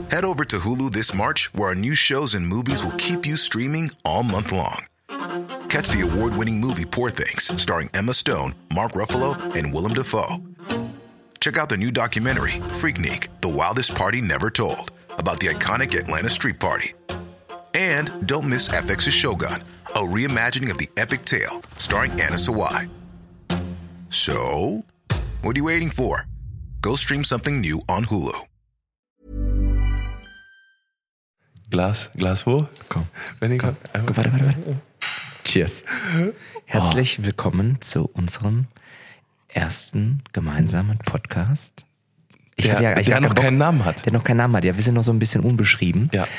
Head over to Hulu this March, where our new shows and movies will keep you streaming all month long. Catch the award-winning movie Poor Things, starring Emma Stone, Mark Ruffalo, and Willem Dafoe. Check out the new documentary, Freaknik, The Wildest Party Never Told, about the iconic Atlanta Street Party. And don't miss FX's Shogun, a reimagining of the epic tale, starring Anna Sawai. So, what are you waiting for? Go stream something new on Hulu. Glas wo? Komm. Warte. Cheers. Herzlich willkommen zu unserem ersten gemeinsamen Podcast. Der noch keinen Namen hat. Der noch keinen Namen hat. Ja, wir sind noch so ein bisschen unbeschrieben. Ja.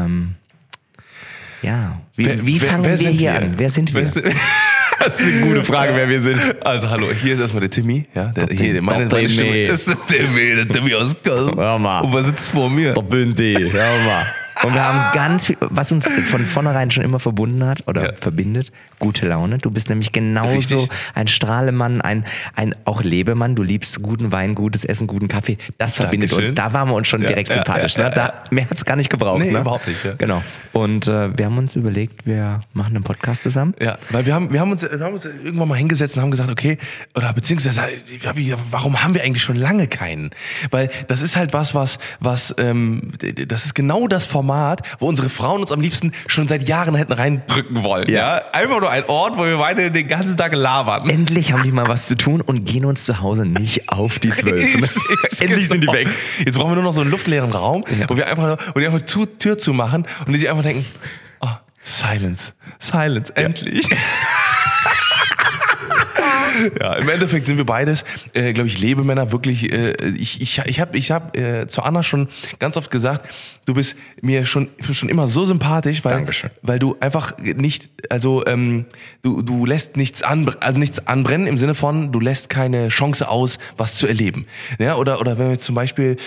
Wie fangen wir hier an? Wer sind wir? Das ist eine gute Frage, wer wir sind. Also hallo, hier ist erstmal der Timmy. Ja, meine Stimme ist der Timmy aus Köln. Hör mal. Und was sitzt vor mir? Der Bündi. Hör mal. Und wir haben ganz viel, was uns von vornherein schon immer verbunden hat oder verbindet, gute Laune. Du bist nämlich genauso Richtig. ein Strahlemann, ein auch Lebemann. Du liebst guten Wein, gutes Essen, guten Kaffee. Das verbindet Dankeschön. uns. Da waren wir uns schon direkt sympathisch. Ne? Mehr hat's gar nicht gebraucht. Nee, ne? überhaupt nicht. Ja. Genau. Und wir haben uns überlegt, wir machen einen Podcast zusammen. Ja, weil wir haben uns irgendwann mal hingesetzt und haben gesagt, okay, oder beziehungsweise, warum haben wir eigentlich schon lange keinen? Weil das ist halt was das ist genau das Format, wo unsere Frauen uns am liebsten schon seit Jahren hätten reindrücken wollen. Ja. Einfach nur ein Ort, wo wir beide den ganzen Tag labern. Endlich haben die mal was zu tun und gehen uns zu Hause nicht auf die 12. Ne? Endlich sind die weg. Jetzt brauchen wir nur noch so einen luftleeren Raum, wo die einfach Tür zumachen und die sich einfach denken, oh, Silence, endlich. Ja, im Endeffekt sind wir beides, glaube ich, Lebemänner. Wirklich, ich hab zu Anna schon ganz oft gesagt, du bist mir schon immer so sympathisch, weil du einfach nicht, du lässt nichts anbrennen im Sinne von, du lässt keine Chance aus, was zu erleben. Ja, oder wenn wir zum Beispiel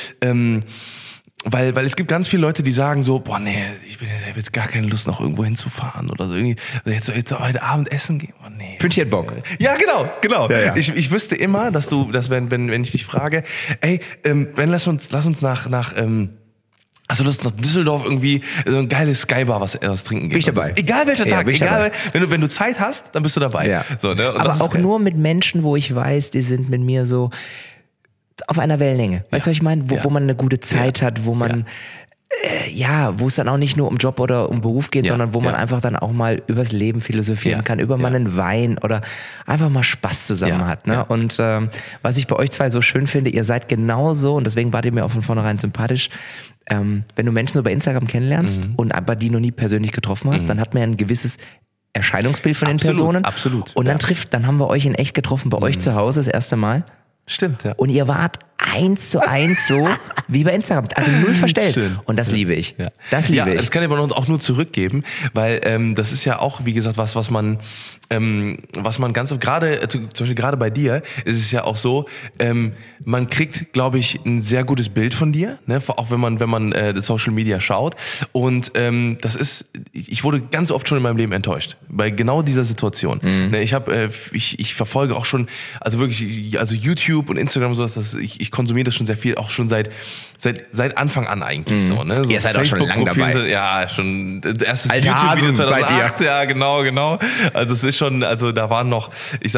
weil es gibt ganz viele Leute, die sagen so, boah, nee, ich habe jetzt gar keine Lust, noch irgendwo hinzufahren oder so irgendwie, jetzt heute Abend essen gehen, oh nee. Wünsche dir Bock. Ja, genau. Ja. Ich wüsste immer, dass wenn ich dich frage, ey, lass uns nach hast du Lust nach Düsseldorf irgendwie so ein geiles Skybar was trinken gehen? Bin ich dabei. Egal welcher Tag, dabei. wenn du Zeit hast, dann bist du dabei. Ja. So, ne? Und aber auch nur mit Menschen, wo ich weiß, die sind mit mir so auf einer Wellenlänge. Weißt du, was ich meine? Wo man eine gute Zeit hat, wo man wo es dann auch nicht nur um Job oder um Beruf geht, sondern wo man einfach dann auch mal übers Leben philosophieren kann, über mal einen Wein oder einfach mal Spaß zusammen hat. Ne? Ja. Und was ich bei euch zwei so schön finde, ihr seid genauso, und deswegen wart ihr mir auch von vornherein sympathisch, wenn du Menschen so bei Instagram kennenlernst und aber die noch nie persönlich getroffen hast, dann hat man ja ein gewisses Erscheinungsbild von den Personen. Absolut. Und dann haben wir euch in echt getroffen, bei euch zu Hause das erste Mal. Stimmt, ja. Und ihr wart 1:1 so wie bei Instagram. Also null verstellt. Schön. Und das liebe ich. Ja. Das liebe ich. Das kann ich aber auch nur zurückgeben, weil das ist ja auch, wie gesagt, was man ganz oft, zum Beispiel gerade bei dir, ist es ja auch so, man kriegt, glaube ich, ein sehr gutes Bild von dir, ne? Auch wenn man das Social Media schaut. Und ich wurde ganz oft schon in meinem Leben enttäuscht bei genau dieser Situation. Ne? Ich verfolge auch schon, also wirklich, also YouTube und Instagram und sowas, ich konsumiere das schon sehr viel, auch schon seit Anfang an eigentlich so. Ne? So ihr seid auch schon lange dabei. Ja, schon erstes Alte YouTube-Video Hasen 2008, ja, genau. Also es ist schon, also da waren noch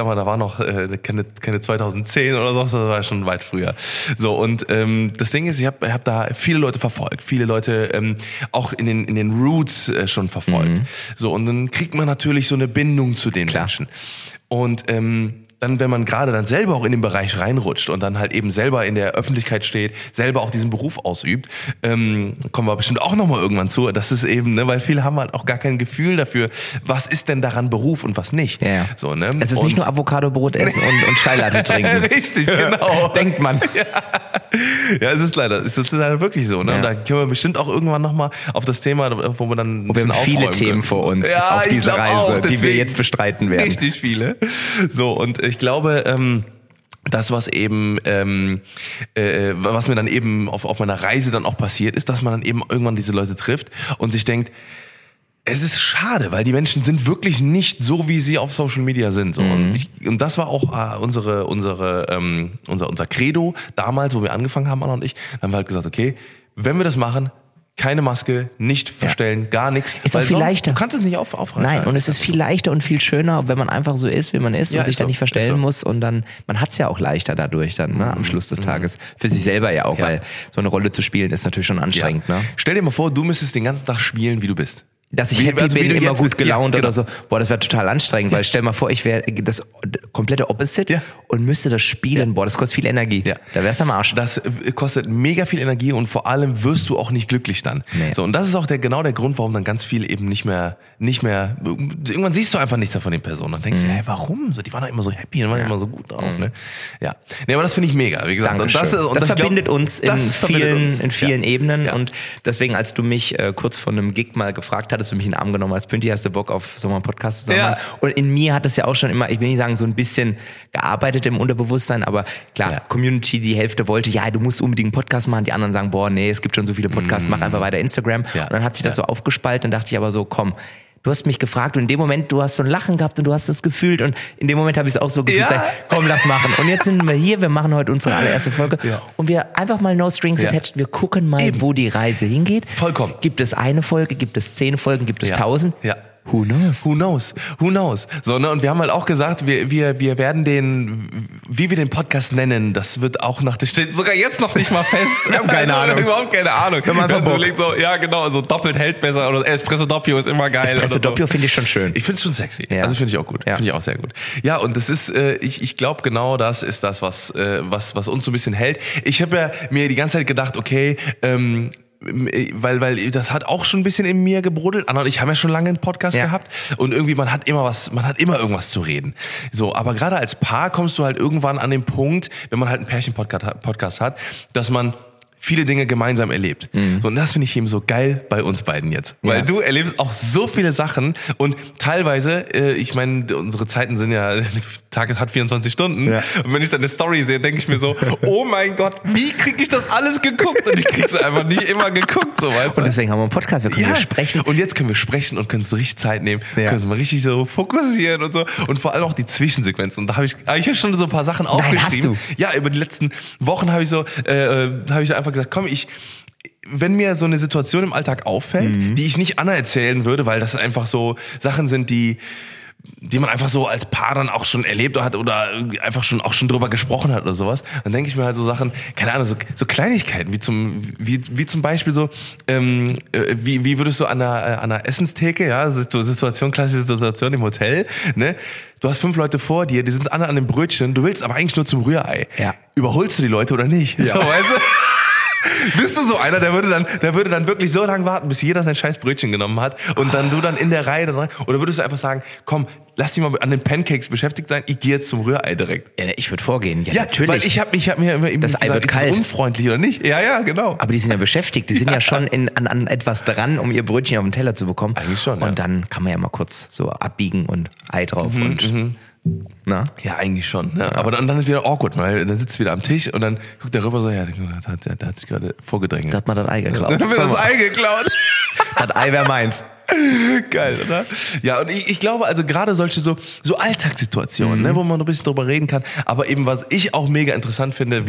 keine 2010 oder so, das war schon weit früher. So, und das Ding ist, ich hab da viele Leute verfolgt, viele Leute auch in den Roots schon verfolgt. So, und dann kriegt man natürlich so eine Bindung zu den Menschen. Und dann, wenn man gerade dann selber auch in den Bereich reinrutscht und dann halt eben selber in der Öffentlichkeit steht, selber auch diesen Beruf ausübt, kommen wir bestimmt auch nochmal irgendwann zu. Das ist eben, ne, weil viele haben halt auch gar kein Gefühl dafür, was ist denn daran Beruf und was nicht. Ja. So, ne? Es ist nicht nur Avocado-Brot essen und Chai-Latte trinken. Richtig, genau. Denkt man. Ja, es ist leider wirklich so. Ne? Ja. Und da können wir bestimmt auch irgendwann nochmal auf das Thema, wo wir dann ein wir bisschen haben viele aufräumen Themen können. vor uns Ja, auf dieser Reise, auch, die wir deswegen jetzt bestreiten werden. Richtig viele. So, und ich glaube, das, was eben, was mir dann eben auf meiner Reise dann auch passiert ist, dass man dann eben irgendwann diese Leute trifft und sich denkt, es ist schade, weil die Menschen sind wirklich nicht so, wie sie auf Social Media sind. So. Und das war auch unser Credo damals, wo wir angefangen haben, Anna und ich. Dann haben wir halt gesagt, okay, wenn wir das machen, Keine Maske, nicht verstellen, gar nichts. Ist auch viel leichter. Du kannst es nicht aufreißen. Nein, und es ist viel leichter und viel schöner, wenn man einfach so ist, wie man ist und sich dann nicht verstellen muss. Und dann, man hat es ja auch leichter dadurch dann, ne, am Schluss des Tages. Für sich selber ja auch, weil so eine Rolle zu spielen ist natürlich schon anstrengend. Ne? Stell dir mal vor, du müsstest den ganzen Tag spielen, wie du bist. Dass ich happy bin, immer gut gelaunt oder so. Boah, das wäre total anstrengend, weil stell mal vor, ich wäre das komplette Opposite und müsste das spielen. Boah, das kostet viel Energie. Ja. Da wär's am Arsch. Das kostet mega viel Energie und vor allem wirst du auch nicht glücklich dann. Nee. So, und das ist auch genau der Grund, warum dann ganz viel eben nicht mehr, irgendwann siehst du einfach nichts mehr von den Personen und denkst, hey, warum? So, die waren doch immer so happy und waren immer so gut drauf, ne? Ja. Nee, aber das finde ich mega, wie gesagt. Und das verbindet uns in vielen Ebenen und deswegen, als du mich kurz vor einem Gig mal gefragt hattest, du mich in den Arm genommen als Pünti, hast du Bock auf so mal einen Podcast zusammen machen? Und in mir hat es ja auch schon immer, ich will nicht sagen, so ein bisschen gearbeitet im Unterbewusstsein, aber klar, Community, die Hälfte wollte, ja, du musst unbedingt einen Podcast machen, die anderen sagen, boah, nee, es gibt schon so viele Podcasts, mach einfach weiter Instagram. Ja. Und dann hat sich das so aufgespalten, dann dachte ich aber so, komm, du hast mich gefragt und in dem Moment, du hast so ein Lachen gehabt und du hast es gefühlt und in dem Moment habe ich es auch so gefühlt, komm, lass machen. Und jetzt sind wir hier, wir machen heute unsere allererste Folge und wir einfach mal no strings attached, wir gucken mal, wo die Reise hingeht. Vollkommen. Gibt es eine Folge, gibt es 10 Folgen, gibt es 1000? Ja. Who knows? Who knows? Who knows? So, ne? Und wir haben halt auch gesagt, wir werden wie wir den Podcast nennen, das wird auch steht sogar jetzt noch nicht mal fest. Wir haben keine Ahnung. Überhaupt keine Ahnung. Wir haben einfach überlegt, so, ja genau, so doppelt hält besser oder Espresso Doppio ist immer geil. Espresso Doppio finde ich schon schön. Ich finde es schon sexy. Ja. Also finde ich auch gut. Ja. Finde ich auch sehr gut. Ja, und das ist, ich glaube genau das ist das, was uns so ein bisschen hält. Ich habe ja mir die ganze Zeit gedacht, okay, weil das hat auch schon ein bisschen in mir gebrodelt. Anna und ich haben ja schon lange einen Podcast gehabt und irgendwie man hat immer irgendwas zu reden. So, aber gerade als Paar kommst du halt irgendwann an den Punkt, wenn man halt einen Pärchen-Podcast hat, dass man viele Dinge gemeinsam erlebt. So, und das finde ich eben so geil bei uns beiden jetzt. Weil du erlebst auch so viele Sachen und teilweise, ich meine, unsere Zeiten sind ja, der Tag hat 24 Stunden. Ja. Und wenn ich dann eine Story sehe, denke ich mir so, oh mein Gott, wie kriege ich das alles geguckt? Und ich krieg's einfach nicht immer geguckt, so, weißt du? Und deswegen haben wir einen Podcast, wir können sprechen. Und jetzt können wir sprechen und können uns richtig Zeit nehmen, können uns mal richtig so fokussieren und so. Und vor allem auch die Zwischensequenzen. Und da habe ich ja schon so ein paar Sachen aufgeschrieben. Hast du? Ja, über die letzten Wochen habe ich einfach gesagt, komm, wenn mir so eine Situation im Alltag auffällt, die ich nicht Anna erzählen würde, weil das einfach so Sachen sind, die man einfach so als Paar dann auch schon erlebt hat oder einfach auch schon drüber gesprochen hat oder sowas, dann denke ich mir halt so Sachen, keine Ahnung, so Kleinigkeiten, wie zum Beispiel so, wie würdest du an einer Essenstheke, ja, klassische Situation im Hotel, ne? Du hast 5 Leute vor dir, die sind alle an dem Brötchen, du willst aber eigentlich nur zum Rührei. Ja. Überholst du die Leute oder nicht? Ja. So, weißt du? Bist du so einer, der würde dann wirklich so lange warten, bis jeder sein scheiß Brötchen genommen hat und dann du dann in der Reihe oder würdest du einfach sagen, komm, lass dich mal an den Pancakes beschäftigt sein, ich gehe jetzt zum Rührei direkt. Ja, ich würde vorgehen, ja natürlich. Weil ich hab mir immer das Ei wird kalt. Ist das unfreundlich oder nicht? Ja, genau. Aber die sind ja beschäftigt, die sind ja schon an etwas dran, um ihr Brötchen auf den Teller zu bekommen. Eigentlich schon, und dann kann man ja mal kurz so abbiegen und Ei drauf und... Na? Ja, eigentlich schon. Ja. Aber dann ist wieder awkward, weil dann sitzt wieder am Tisch und dann guckt der rüber so, ja, der hat sich gerade vorgedrängelt. Da hat man das Ei geklaut. Dann wird das Ei geklaut. Das Ei wäre meins. Geil, oder? Ja, und ich glaube, also gerade solche so Alltagssituationen, ne, wo man ein bisschen drüber reden kann, aber eben, was ich auch mega interessant finde,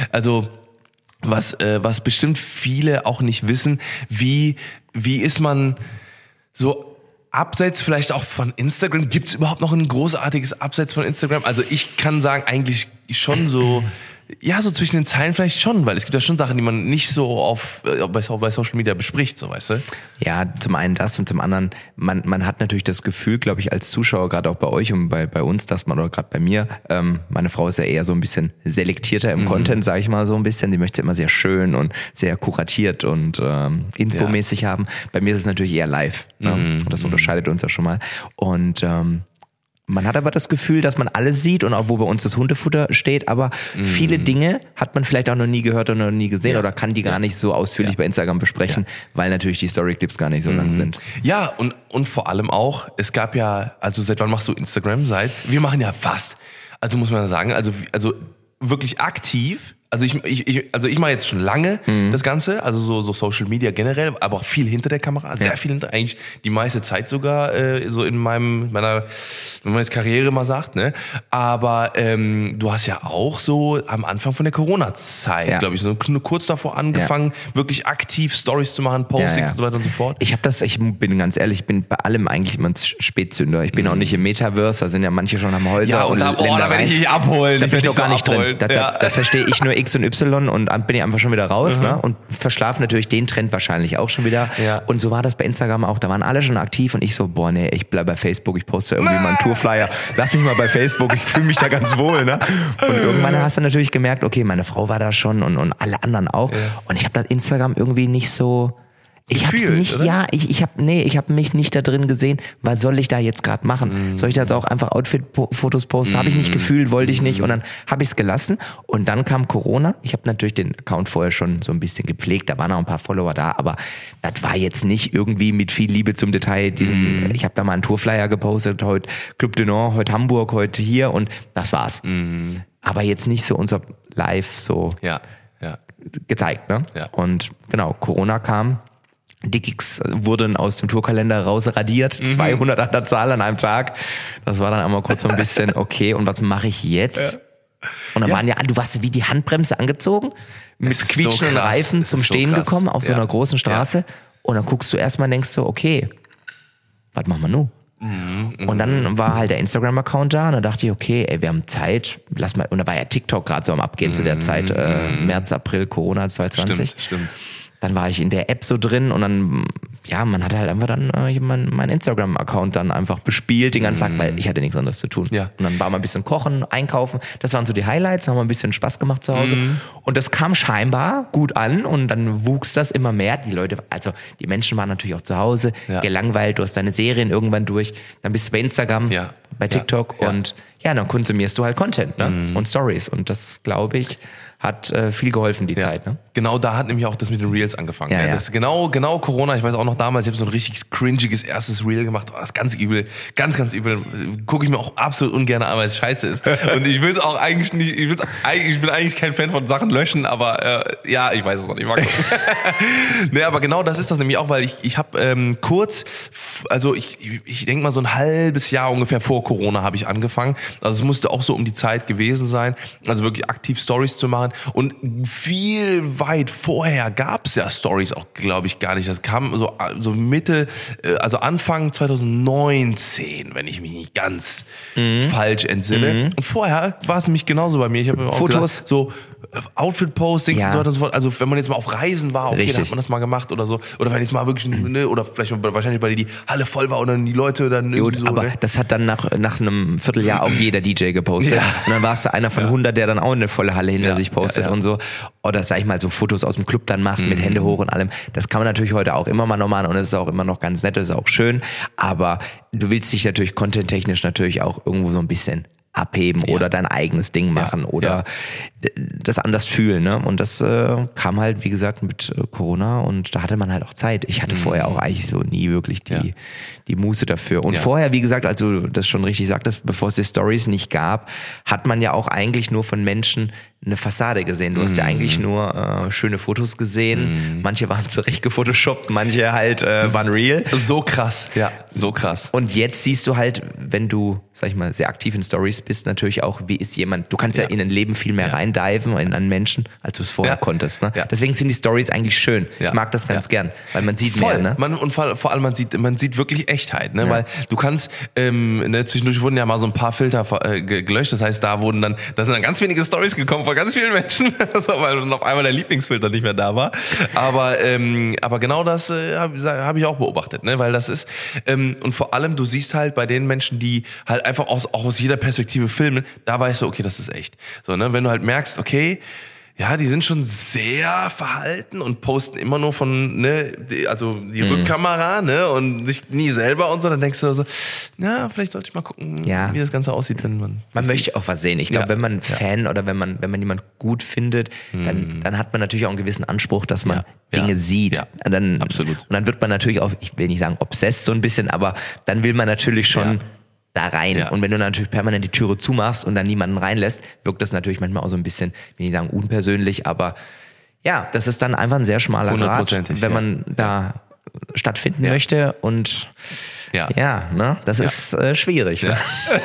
was bestimmt viele auch nicht wissen, wie ist man so abseits vielleicht auch von Instagram, gibt es überhaupt noch ein großartiges Abseits von Instagram? Also ich kann sagen, eigentlich schon so, ja, so zwischen den Zeilen vielleicht schon, weil es gibt ja schon Sachen, die man nicht so bei Social Media bespricht, so, weißt du? Ja, zum einen das und zum anderen, man hat natürlich das Gefühl, glaube ich, als Zuschauer, gerade auch bei euch und bei uns, dass man, oder gerade bei mir, meine Frau ist ja eher so ein bisschen selektierter im Content, sage ich mal so ein bisschen, die möchte immer sehr schön und sehr kuratiert und infomäßig haben. Bei mir ist es natürlich eher live, ne? Und das unterscheidet uns ja schon mal. Und man hat aber das Gefühl, dass man alles sieht und auch wo bei uns das Hundefutter steht, aber viele Dinge hat man vielleicht auch noch nie gehört oder noch nie gesehen oder kann die gar nicht so ausführlich bei Instagram besprechen, weil natürlich die Storyclips gar nicht so lang sind. Ja, und vor allem auch, es gab ja, also seit wann machst du Instagram? Wir machen ja fast, also muss man sagen, also wirklich aktiv Also ich mache jetzt schon lange das Ganze, also so Social Media generell, aber auch viel hinter der Kamera, sehr viel hinter, eigentlich die meiste Zeit sogar so in meiner, wenn man jetzt Karriere mal sagt, ne? Aber du hast ja auch so am Anfang von der Corona-Zeit, glaube ich, so kurz davor angefangen, wirklich aktiv Stories zu machen, Postings und so weiter und so fort. Ich bin ganz ehrlich, ich bin bei allem eigentlich immer ein Spätzünder. Ich bin auch nicht im Metaverse, da sind ja manche schon am Häuser und da werde ich dich abholen. Da bin ich noch gar nicht drin. Da verstehe ich nur X und Y und bin ich einfach schon wieder raus, ne? Und verschlafe natürlich den Trend wahrscheinlich auch schon wieder. Ja. Und so war das bei Instagram auch. Da waren alle schon aktiv und ich so, ich bleibe bei Facebook, ich poste irgendwie mal einen Tourflyer. Lass mich mal bei Facebook, ich fühle mich da ganz wohl, ne? Und irgendwann hast du natürlich gemerkt, okay, meine Frau war da schon und alle anderen auch. Ja. Und ich habe das Instagram irgendwie nicht so... Ich hab's nicht, oder? Ich habe mich nicht da drin gesehen, was soll ich da jetzt gerade machen? Soll ich da jetzt auch einfach Outfit-Fotos posten? Habe ich nicht gefühlt, wollte ich nicht und dann habe ich es gelassen und dann kam Corona. Ich habe natürlich den Account vorher schon so ein bisschen gepflegt, da waren auch ein paar Follower da, aber das war jetzt nicht irgendwie mit viel Liebe zum Detail. Ich habe da mal einen Tourflyer gepostet, heute Club de Nord, heute Hamburg, heute hier und das war's. Aber jetzt nicht so unser Live so gezeigt, ne? Ja. Und genau, Corona kam. Die Gigs wurden aus dem Tourkalender rausradiert, 200 an der Zahl an einem Tag. Das war dann einmal kurz so ein bisschen, okay, und was mache ich jetzt? Ja. Und dann waren du warst wie die Handbremse angezogen, mit quietschenden Reifen zum Stehen gekommen auf so einer großen Straße. Und dann guckst du erstmal und denkst so, okay, was machen wir nun? Und dann war halt der Instagram-Account da und da dachte ich, okay, wir haben Zeit, lass mal, und da war ja TikTok gerade so am Abgehen zu der Zeit, März, April, Corona 2020. Stimmt. Dann war ich in der App so drin und dann, man hat halt einfach dann mein Instagram-Account dann einfach bespielt den ganzen Tag, weil ich hatte nichts anderes zu tun. Ja. Und dann war mal ein bisschen kochen, einkaufen, das waren so die Highlights, haben wir ein bisschen Spaß gemacht zu Hause. Und das kam scheinbar gut an und dann wuchs das immer mehr. Die Menschen waren natürlich auch zu Hause, gelangweilt, du hast deine Serien irgendwann durch, dann bist du bei Instagram, bei TikTok und dann konsumierst du halt Content, ne? Und Stories und das, glaube ich, hat viel geholfen, die Zeit. Ne? Genau, da hat nämlich auch das mit den Reels angefangen. Ja. Das genau Corona, ich weiß auch noch damals, ich habe so ein richtig cringiges erstes Reel gemacht, das ist ganz übel, ganz übel, gucke ich mir auch absolut ungern an, weil es scheiße ist. Und ich will es auch eigentlich nicht, ich bin eigentlich kein Fan von Sachen löschen, aber ich weiß es auch nicht. Nee, aber genau das ist das nämlich auch, weil ich habe ich denke mal so ein halbes Jahr ungefähr vor Corona habe ich angefangen. Also es musste auch so um die Zeit gewesen sein, also wirklich aktiv Stories zu machen. Und viel weit vorher gab es ja Stories auch, glaube ich, gar nicht. Das kam so Mitte, also Anfang 2019, wenn ich mich nicht ganz falsch entsinne. Und vorher war es nämlich genauso bei mir. Ich habe mir auch Fotos, gedacht, so Outfit-Postings und so weiter und so fort. Also wenn man jetzt mal auf Reisen war, okay, dann hat man das mal gemacht oder so. Oder wenn jetzt mal wirklich, oder vielleicht wahrscheinlich bei dir die Halle voll war und dann die Leute dann irgendwie so. Aber das hat dann nach einem Vierteljahr auch jeder DJ gepostet. Ja. Und dann warst du einer von 100, der dann auch eine volle Halle hinter sich postet und so. Oder sag ich mal, so Fotos aus dem Club dann macht mit Hände hoch und allem. Das kann man natürlich heute auch immer mal noch machen und es ist auch immer noch ganz nett, das ist auch schön. Aber du willst dich natürlich content-technisch natürlich auch irgendwo so ein bisschen abheben oder dein eigenes Ding machen oder das anders fühlen, ne? Und das kam halt, wie gesagt, mit Corona und da hatte man halt auch Zeit. Ich hatte vorher auch eigentlich so nie wirklich die Muße dafür. Und vorher, wie gesagt, als du das schon richtig sagtest, bevor es die Stories nicht gab, hat man ja auch eigentlich nur von Menschen eine Fassade gesehen. Du hast ja eigentlich nur schöne Fotos gesehen. Manche waren zurecht gefotoshoppt, manche halt waren real. So krass, so krass. Und jetzt siehst du halt, wenn du, sag ich mal, sehr aktiv in Stories bist, natürlich auch, wie ist jemand, du kannst ja in ein Leben viel mehr reindiven, in einen Menschen, als du es vorher konntest. Ne? Ja. Deswegen sind die Stories eigentlich schön. Ich mag das ganz gern, weil man sieht mehr. Ne? Und vor allem, man sieht wirklich Echtheit, ne? Weil du kannst, zwischendurch wurden ja mal so ein paar Filter gelöscht, das heißt, da sind dann ganz wenige Stories gekommen von ganz vielen Menschen, weil dann auf einmal der Lieblingsfilter nicht mehr da war. Aber genau das hab ich auch beobachtet, ne? Weil das ist, und vor allem, du siehst halt bei den Menschen, die halt einfach auch aus jeder Perspektive filmen, da weißt du, okay, das ist echt. So, ne? Wenn du halt merkst, okay, ja, die sind schon sehr verhalten und posten immer nur von, die Rückkamera, ne, und sich nie selber und so, dann denkst du so, na, vielleicht sollte ich mal gucken, wie das Ganze aussieht, wenn man möchte auch was sehen. Ich glaube, wenn man Fan oder wenn man jemand gut findet, dann hat man natürlich auch einen gewissen Anspruch, dass man Dinge sieht. Ja, absolut. Und dann wird man natürlich auch, ich will nicht sagen obsessed so ein bisschen, aber dann will man natürlich schon da rein. Und wenn du natürlich permanent die Türe zumachst und dann niemanden reinlässt, wirkt das natürlich manchmal auch so ein bisschen, will ich sagen, unpersönlich, aber ja, das ist dann einfach ein sehr schmaler Grat, wenn man da stattfinden möchte und das ist schwierig. Ja.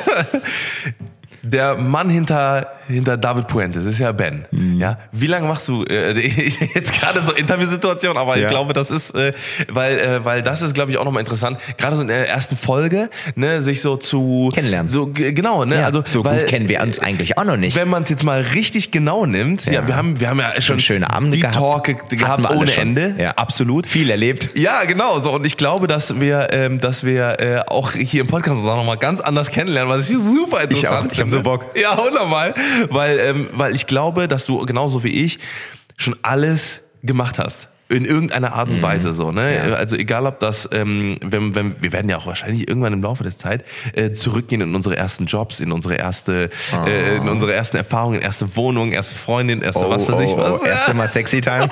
Der Mann hinter David Puentes ist ja Ben. Ja, wie lange machst du jetzt gerade so Interviewsituation? Aber ich glaube, das ist, weil das ist, glaube ich, auch nochmal interessant. Gerade so in der ersten Folge, ne, sich so zu kennenlernen. So genau, ne, also so gut kennen wir uns eigentlich auch noch nicht. Wenn man es jetzt mal richtig genau nimmt, wir haben ja schon schöne Abende gehabt, Talk gehabt ohne Ende, absolut viel erlebt. Ja, genau. So und ich glaube, dass wir auch hier im Podcast uns auch nochmal ganz anders kennenlernen, was ich super interessant finde. Ich habe so Bock. Ja, wunderbar. Weil ich glaube, dass du genauso wie ich schon alles gemacht hast. In irgendeiner Art und Weise so, ne? Ja. Also egal ob das, wenn wir werden ja auch wahrscheinlich irgendwann im Laufe der Zeit zurückgehen in unsere ersten Jobs, in unsere ersten Erfahrungen, erste Wohnung, erste Freundin, erste was weiß ich was. Erste Mal Sexy Time.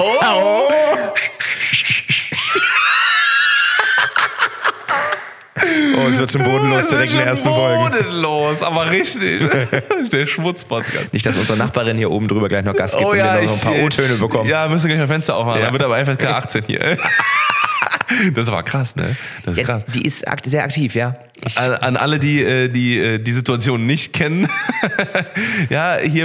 Oh, es wird schon bodenlos direkt in der ersten Folge. Bodenlos, aber richtig. Der Schmutzpodcast. Nicht, dass unsere Nachbarin hier oben drüber gleich noch Gas gibt und wir noch ein paar O-Töne bekommen. Ja, müssen wir gleich mal Fenster aufmachen. Da wird aber FSK 18 hier. Das war krass, ne? Das ist krass. Die ist sehr aktiv, ja. An alle, die Situation nicht kennen. Ja, hier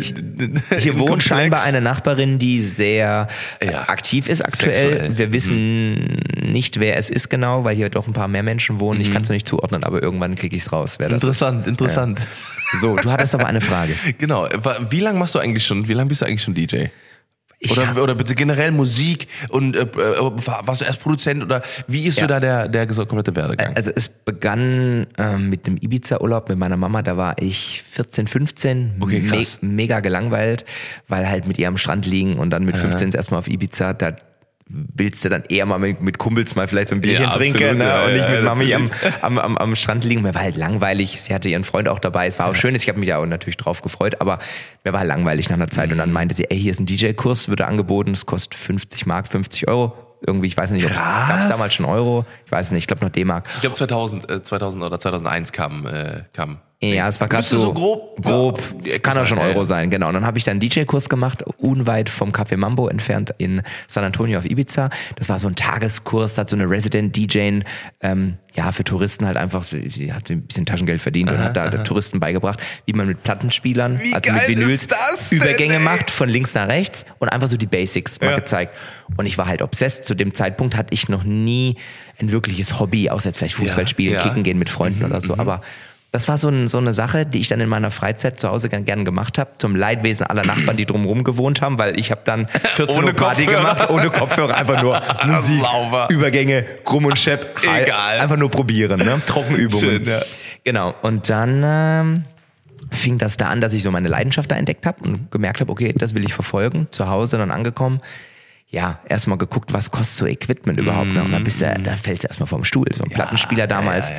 wohnt scheinbar eine Nachbarin, die sehr aktiv ist aktuell. Sexuell. Wir wissen nicht, wer es ist genau, weil hier doch ein paar mehr Menschen wohnen. Ich kann es noch nicht zuordnen, aber irgendwann kriege ich es raus, wer das ist. Interessant. Ja. So, du hattest aber eine Frage. Genau. Wie lange bist du eigentlich schon DJ? Oder bitte generell Musik und warst du erst Produzent oder wie ist so da der komplette Werdegang? Also es begann mit einem Ibiza-Urlaub mit meiner Mama, da war ich 14, 15, krass. Mega gelangweilt, weil halt mit ihr am Strand liegen und dann mit 15 erstmal auf Ibiza, da willst du dann eher mal mit Kumpels mal vielleicht so ein Bierchen trinken, absolut, ne? Und nicht mit Mami am Strand liegen. Mir war halt langweilig. Sie hatte ihren Freund auch dabei. Es war auch schön. Ich habe mich ja auch natürlich drauf gefreut, aber mir war halt langweilig nach einer Zeit. Und dann meinte sie, hier ist ein DJ-Kurs, wird angeboten. Es kostet 50 Mark, 50 Euro. Irgendwie, ich weiß nicht, gab es damals schon Euro? Ich weiß nicht, ich glaube noch D-Mark. Ich glaube 2000 oder 2001 kam. Ja, es war gerade so grob kann auch schon Euro sein, genau. Und dann habe ich dann einen DJ-Kurs gemacht, unweit vom Café Mambo entfernt in San Antonio auf Ibiza. Das war so ein Tageskurs, da hat so eine Resident-DJ, für Touristen halt einfach, sie hat ein bisschen Taschengeld verdient und hat da Touristen beigebracht, wie man mit Plattenspielern, mit Vinyls, Übergänge macht von links nach rechts und einfach so die Basics mal gezeigt. Und ich war halt obsessed. Zu dem Zeitpunkt hatte ich noch nie ein wirkliches Hobby, außer jetzt vielleicht Fußball spielen, kicken gehen mit Freunden oder so, aber das war so eine Sache, die ich dann in meiner Freizeit zu Hause gern gemacht habe, zum Leidwesen aller Nachbarn, die drumherum gewohnt haben, weil ich habe dann 14 Uhr Party gemacht, ohne Kopfhörer, einfach nur Musik, Übergänge, Krumm und Schepp, egal, einfach nur probieren, ne? Trockenübungen. Schön, ja. Genau, und dann fing das da an, dass ich so meine Leidenschaft da entdeckt habe und gemerkt habe, okay, das will ich verfolgen, zu Hause dann angekommen. Ja, erstmal geguckt, was kostet so Equipment überhaupt, ne? Und da fällst du erstmal vom Stuhl, so ein Plattenspieler damals.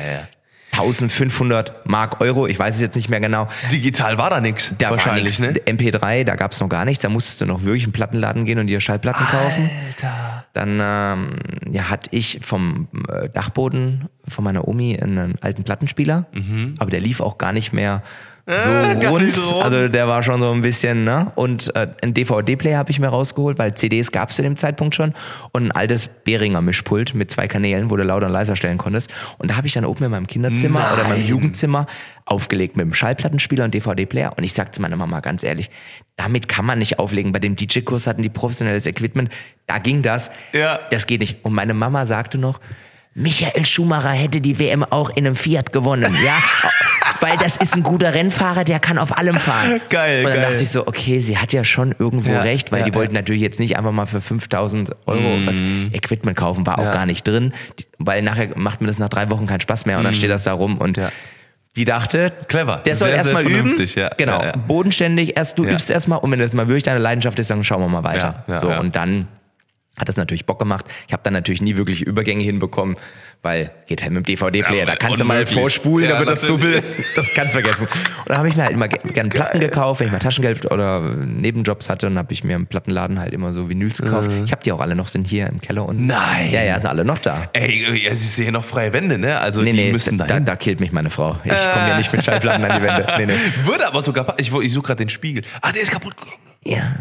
1500 Mark Euro, ich weiß es jetzt nicht mehr genau. Digital war da nichts. Da wahrscheinlich, war nix. Ne? MP3, da gab es noch gar nichts. Da musstest du noch wirklich in den Plattenladen gehen und dir Schallplatten kaufen. Dann hatte ich vom Dachboden von meiner Omi einen alten Plattenspieler, aber der lief auch gar nicht mehr so rund. Also der war schon so ein bisschen, ne? Und einen DVD-Player habe ich mir rausgeholt, weil CDs gab es zu dem Zeitpunkt schon. Und ein altes Behringer Mischpult mit 2 Kanälen, wo du lauter und leiser stellen konntest. Und da habe ich dann oben in meinem Kinderzimmer oder in meinem Jugendzimmer aufgelegt mit einem Schallplattenspieler und DVD-Player. Und ich sagte zu meiner Mama ganz ehrlich, damit kann man nicht auflegen. Bei dem DJ-Kurs hatten die professionelles Equipment. Da ging das. Ja. Das geht nicht. Und meine Mama sagte noch, Michael Schumacher hätte die WM auch in einem Fiat gewonnen, ja? Weil das ist ein guter Rennfahrer, der kann auf allem fahren. Geil, und dann dachte ich so, okay, sie hat ja schon irgendwo recht, weil die wollten natürlich jetzt nicht einfach mal für 5.000 Euro was Equipment kaufen, war auch gar nicht drin, weil nachher macht mir das nach 3 Wochen keinen Spaß mehr und dann steht das da rum und die dachte, clever, der soll erstmal üben, genau, ja. Bodenständig, du übst erstmal und wenn das mal wirklich deine Leidenschaft ist, dann schauen wir mal weiter. Und dann Hat das natürlich Bock gemacht. Ich habe dann natürlich nie wirklich Übergänge hinbekommen, weil geht halt mit dem DVD-Player, da kannst du mal vorspulen, da wird das zu viel, das kannst du vergessen. Und dann habe ich mir halt immer gerne Platten gekauft, wenn ich mal Taschengeld oder Nebenjobs hatte, dann habe ich mir im Plattenladen halt immer so Vinyls gekauft. Ich habe die auch alle noch, sind hier im Keller unten. Nein! Ja, sind alle noch da. Ey, es ist hier noch freie Wände, ne? Also die müssen da killt mich meine Frau. Ich komme ja nicht mit Schallplatten an die Wände. Nee. Würde aber sogar, ich suche gerade den Spiegel. Der ist kaputt gegangen. Ja.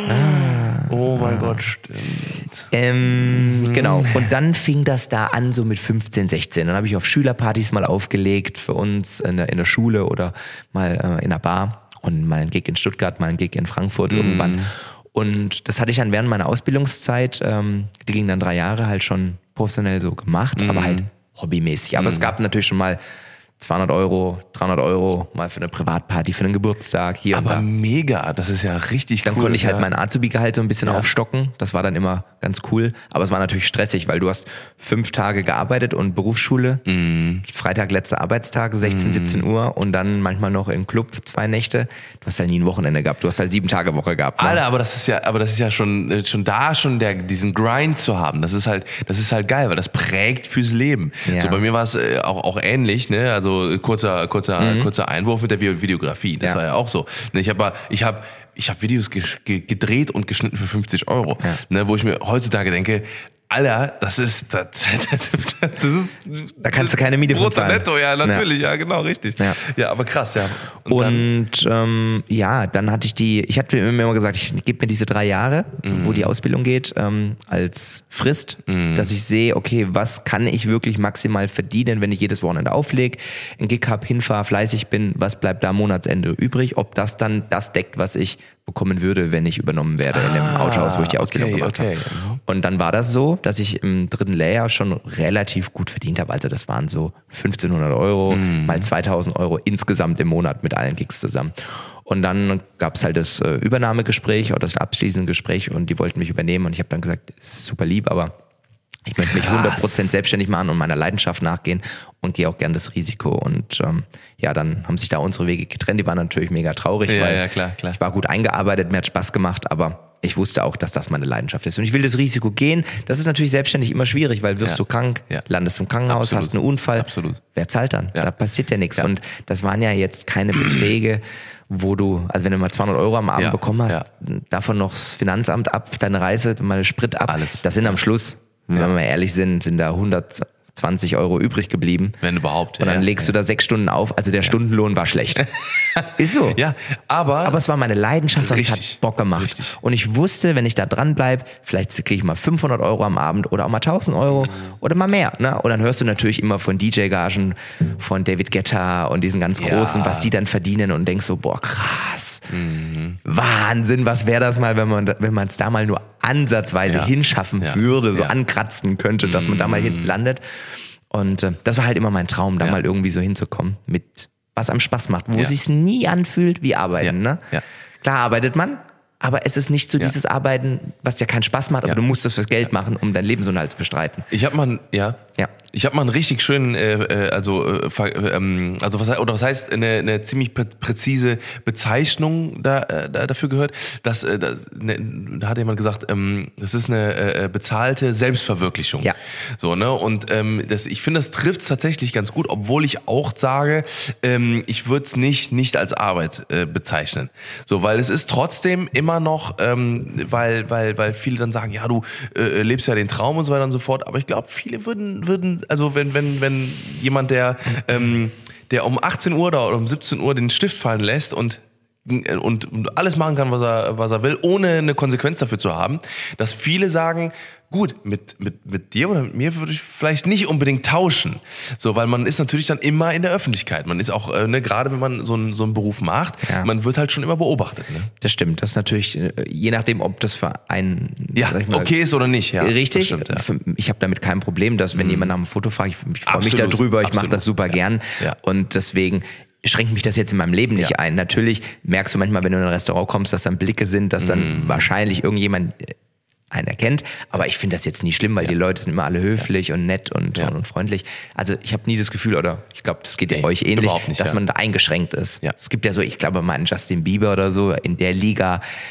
Oh mein Gott, stimmt. Genau. Und dann fing das da an, so mit 15, 16. Dann habe ich auf Schülerpartys mal aufgelegt für uns in der Schule oder mal in der Bar und mal ein Gig in Stuttgart, mal ein Gig in Frankfurt irgendwann. Und das hatte ich dann während meiner Ausbildungszeit, die ging dann 3 Jahre, halt schon professionell so gemacht, aber halt hobbymäßig. Aber es gab natürlich schon mal 200 Euro, 300 Euro mal für eine Privatparty, für einen Geburtstag hier aber und da. mega, das ist ja richtig Dann cool. konnte ich halt mein Azubi-Gehalt so ein bisschen aufstocken. Das war dann immer ganz cool. Aber es war natürlich stressig, weil du hast 5 Tage gearbeitet und Berufsschule. Freitag letzter Arbeitstag, 16, 17 Uhr und dann manchmal noch im Club 2 Nächte. Du hast halt nie ein Wochenende gehabt. Du hast halt 7 Tage Woche gehabt. Ne? Alter, aber das ist ja schon diesen Grind zu haben. Das ist halt geil, weil das prägt fürs Leben. Ja. So bei mir war es auch ähnlich, ne? Also kurzer Einwurf mit der Videografie. Das war ja auch so. Ich habe Videos gedreht und geschnitten für 50 Euro, ne, wo ich mir heutzutage denke, Alter, das ist da kannst du keine Miete von zahlen. Netto, ja, natürlich, ja, genau, richtig. Ja, aber krass, ja. Und dann hatte ich hatte mir immer gesagt, ich gebe mir diese 3 Jahre, wo die Ausbildung geht, als Frist, dass ich sehe, okay, was kann ich wirklich maximal verdienen, wenn ich jedes Wochenende auflege, einen Gig habe, hinfahre, fleißig bin, was bleibt da am Monatsende übrig, ob das dann das deckt, was ich bekommen würde, wenn ich übernommen werde in dem Autohaus, wo ich die Ausbildung gemacht habe. Und dann war das so, dass ich im 3. Lehrjahr schon relativ gut verdient habe. Also das waren so 1.500 Euro mal 2.000 Euro insgesamt im Monat mit allen Gigs zusammen. Und dann gab es halt das Übernahmegespräch oder das abschließende Gespräch und die wollten mich übernehmen und ich habe dann gesagt, es ist super lieb, aber ich möchte mich 100% selbstständig machen und meiner Leidenschaft nachgehen und gehe auch gern das Risiko. Und dann haben sich da unsere Wege getrennt. Die waren natürlich mega traurig, weil klar. ich war gut eingearbeitet, mir hat Spaß gemacht, aber ich wusste auch, dass das meine Leidenschaft ist. Und ich will das Risiko gehen. Das ist natürlich selbstständig immer schwierig, weil wirst du krank, landest im Krankenhaus, hast einen Unfall. Absolut. Wer zahlt dann? Da passiert ja nichts. Und das waren ja jetzt keine Beträge, wo du, also wenn du mal 200 Euro am Abend bekommen hast, davon noch das Finanzamt ab, deine Reise, mal Sprit ab. Alles. Das sind am Schluss, wenn wir mal ehrlich sind da 120 Euro übrig geblieben. Wenn überhaupt. Und dann legst du da 6 Stunden auf. Also der Stundenlohn war schlecht. Ist so. Ja, aber es war meine Leidenschaft, das hat Bock gemacht. Richtig. Und ich wusste, wenn ich da dran bleibe, vielleicht kriege ich mal 500 Euro am Abend oder auch mal 1.000 Euro oder mal mehr. Ne? Und dann hörst du natürlich immer von DJ-Gagen, von David Guetta und diesen ganz Großen, was die dann verdienen und denkst so, boah, krass. Wahnsinn, was wäre das mal, wenn man es da mal nur ansatzweise hinschaffen würde, so ankratzen könnte, dass man da mal hinten landet. Und das war halt immer mein Traum, da mal irgendwie so hinzukommen, mit was einem Spaß macht, wo sich's nie anfühlt wie Arbeiten. Ne? Klar arbeitet man, aber es ist nicht so dieses Arbeiten, was dir keinen Spaß macht, aber du musst das fürs Geld machen, um deinen Lebensunterhalt zu bestreiten. Ich habe mal einen richtig schönen, was heißt eine ziemlich präzise Bezeichnung dafür gehört, da hat jemand gesagt, das ist eine bezahlte Selbstverwirklichung. Ja. So, ne? Und ich finde, das trifft es tatsächlich ganz gut, obwohl ich auch sage, ich würde es nicht als Arbeit bezeichnen. So, weil es ist trotzdem immer noch, weil viele dann sagen, ja, du lebst ja den Traum und so weiter und so fort, aber ich glaube, viele würden also wenn jemand, der um 18 Uhr oder um 17 Uhr den Stift fallen lässt und alles machen kann, was er will, ohne eine Konsequenz dafür zu haben, dass viele sagen, gut, mit dir oder mit mir würde ich vielleicht nicht unbedingt tauschen. So, weil man ist natürlich dann immer in der Öffentlichkeit. Man ist auch, gerade wenn man so einen Beruf macht, man wird halt schon immer beobachtet. Ne? Das stimmt. Das ist natürlich, je nachdem, ob das für einen okay ist oder nicht. Ja, richtig. Stimmt, ich habe damit kein Problem, dass wenn jemand nach einem Foto fragt, ich freue mich darüber, ich mache das super gern. Ja. Und deswegen schränkt mich das jetzt in meinem Leben nicht ein. Natürlich merkst du manchmal, wenn du in ein Restaurant kommst, dass dann Blicke sind, dass dann wahrscheinlich irgendjemand einen erkennt, aber ich finde das jetzt nie schlimm, weil die Leute sind immer alle höflich und nett und freundlich. Also ich habe nie das Gefühl, oder ich glaube, das geht ja euch ähnlich, dass man da eingeschränkt ist. Ja. Es gibt ja so, ich glaube mal einen Justin Bieber oder so in der Liga,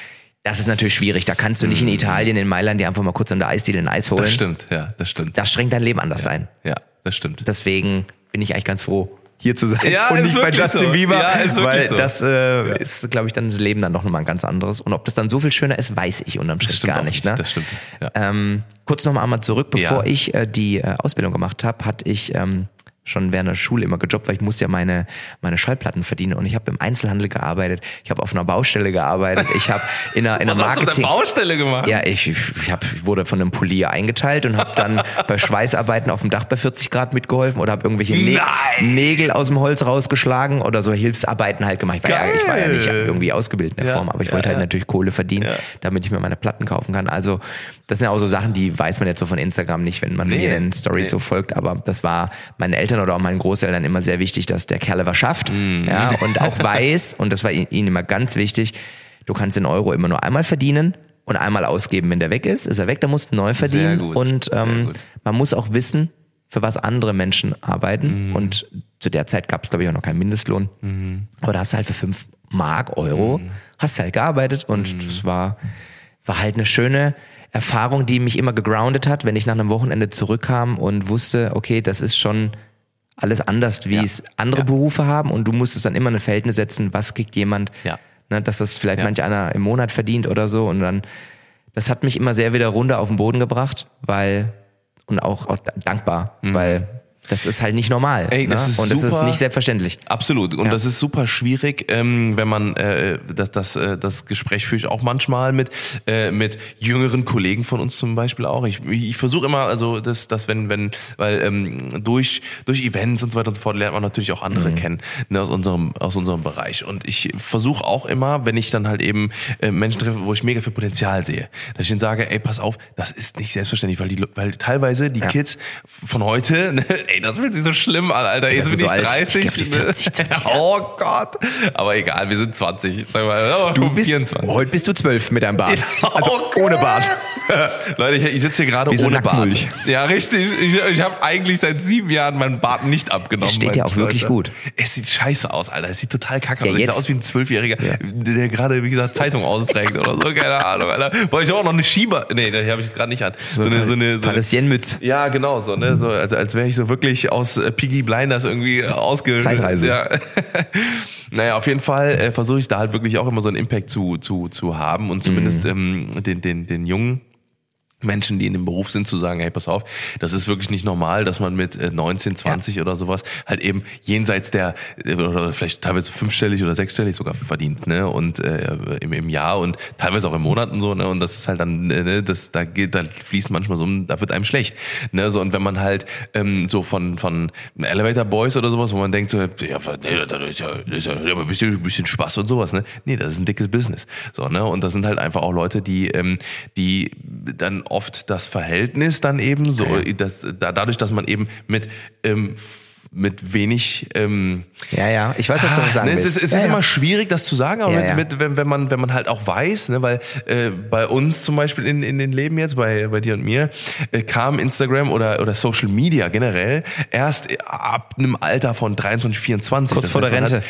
Das ist natürlich schwierig. Da kannst du nicht in Italien, in Mailand dir einfach mal kurz an der Eisdiele ein Eis holen. Das stimmt, ja, das stimmt. Das schränkt dein Leben anders ein. Ja, das stimmt. Deswegen bin ich eigentlich ganz froh, hier zu sein und nicht bei Justin Bieber, weil so. das ist, glaube ich, dann das Leben dann noch mal ein ganz anderes. Und ob das dann so viel schöner ist, weiß ich unterm Strich gar nicht. Ne? Das stimmt. Ja. Kurz noch einmal zurück, bevor ich die Ausbildung gemacht habe, hatte ich schon während der Schule immer gejobbt, weil ich musste ja meine Schallplatten verdienen und ich habe im Einzelhandel gearbeitet, ich habe auf einer Baustelle gearbeitet, ich habe in einer Was hast du auf der Baustelle gemacht? Ja, ich wurde von einem Polier eingeteilt und habe dann bei Schweißarbeiten auf dem Dach bei 40 Grad mitgeholfen oder habe irgendwelche Nägel aus dem Holz rausgeschlagen oder so Hilfsarbeiten halt gemacht. Ich war ja nicht irgendwie ausgebildet in der Form, aber ich wollte halt natürlich Kohle verdienen, damit ich mir meine Platten kaufen kann. Also das sind ja auch so Sachen, die weiß man jetzt so von Instagram nicht, wenn man mir in Storys so folgt, aber das war meinen Eltern oder auch meinen Großeltern immer sehr wichtig, dass der Kerl was schafft und auch weiß, und das war ihnen immer ganz wichtig, du kannst den Euro immer nur einmal verdienen und einmal ausgeben. Wenn der weg ist er weg, dann musst du neu verdienen. Sehr gut, und man muss auch wissen, für was andere Menschen arbeiten und zu der Zeit gab es, glaube ich, auch noch keinen Mindestlohn. Aber da hast du halt für 5 Mark, Euro, hast du halt gearbeitet und das war halt eine schöne Erfahrung, die mich immer gegroundet hat, wenn ich nach einem Wochenende zurückkam und wusste, okay, das ist schon alles anders, wie es andere Berufe haben und du musstest dann immer ein Verhältnis setzen, was kriegt jemand, ne, dass das vielleicht manch einer im Monat verdient oder so und dann, das hat mich immer sehr wieder runter auf den Boden gebracht, und auch dankbar, weil das ist halt nicht normal. Ey, das ist und super, das ist nicht selbstverständlich. Absolut. Und das ist super schwierig, wenn man das Gespräch führe ich auch manchmal mit jüngeren Kollegen von uns zum Beispiel auch. Ich versuche immer, also dass weil durch Events und so weiter und so fort lernt man natürlich auch andere kennen, ne, aus unserem Bereich. Und ich versuche auch immer, wenn ich dann halt eben Menschen treffe, wo ich mega viel Potenzial sehe, dass ich ihnen sage, ey, pass auf, das ist nicht selbstverständlich, weil teilweise die Kids von heute, ne, ey, das fühlt sich so schlimm an, Alter. Jetzt bin ich 30. Ich glaub, die 40 oh Gott. Aber egal, wir sind 20. Sag mal, du bist 24. Heute bist du 12 mit deinem Bart. Also ohne Bart. Leute, ich sitze hier gerade ohne Bart. Ja, richtig. Ich habe eigentlich seit 7 Jahren meinen Bart nicht abgenommen. Es steht ja auch wirklich gut. Es sieht scheiße aus, Alter. Es sieht total kacke aus. Es sieht aus wie ein 12-Jähriger, der gerade, wie gesagt, Zeitung austrägt oder so. Keine Ahnung, Alter. Boah, ich habe auch noch eine Schieber. Nee, die habe ich gerade nicht an. So eine Parisienne-Mütze. Ja, genau. So, ne? So, als wäre ich so wirklich aus Peaky Blinders irgendwie Zeitreise. Ja. Naja, auf jeden Fall versuche ich da halt wirklich auch immer so einen Impact zu haben und zumindest den jungen Menschen, die in dem Beruf sind, zu sagen, hey, pass auf, das ist wirklich nicht normal, dass man mit 19, 20 oder sowas halt eben jenseits der, oder vielleicht teilweise 5-stellig oder 6-stellig sogar verdient, ne, und im Jahr und teilweise auch im Monat und so, ne, und das ist halt dann, ne, da fließt manchmal so, da wird einem schlecht, ne, so, und wenn man halt so von Elevator Boys oder sowas, wo man denkt so, ja, nee, das ist ja ein bisschen Spaß und sowas, ne, nee, das ist ein dickes Business, so, ne, und das sind halt einfach auch Leute, die dann oft das Verhältnis dann eben so, dadurch, dass man eben mit wenig ich weiß, was du sagen willst. Es ist immer schwierig, das zu sagen, aber wenn man halt auch weiß, ne, weil bei uns zum Beispiel in den Leben jetzt, bei dir und mir, kam Instagram oder Social Media generell erst ab einem Alter von 23, 24. Kurz vor der Rente.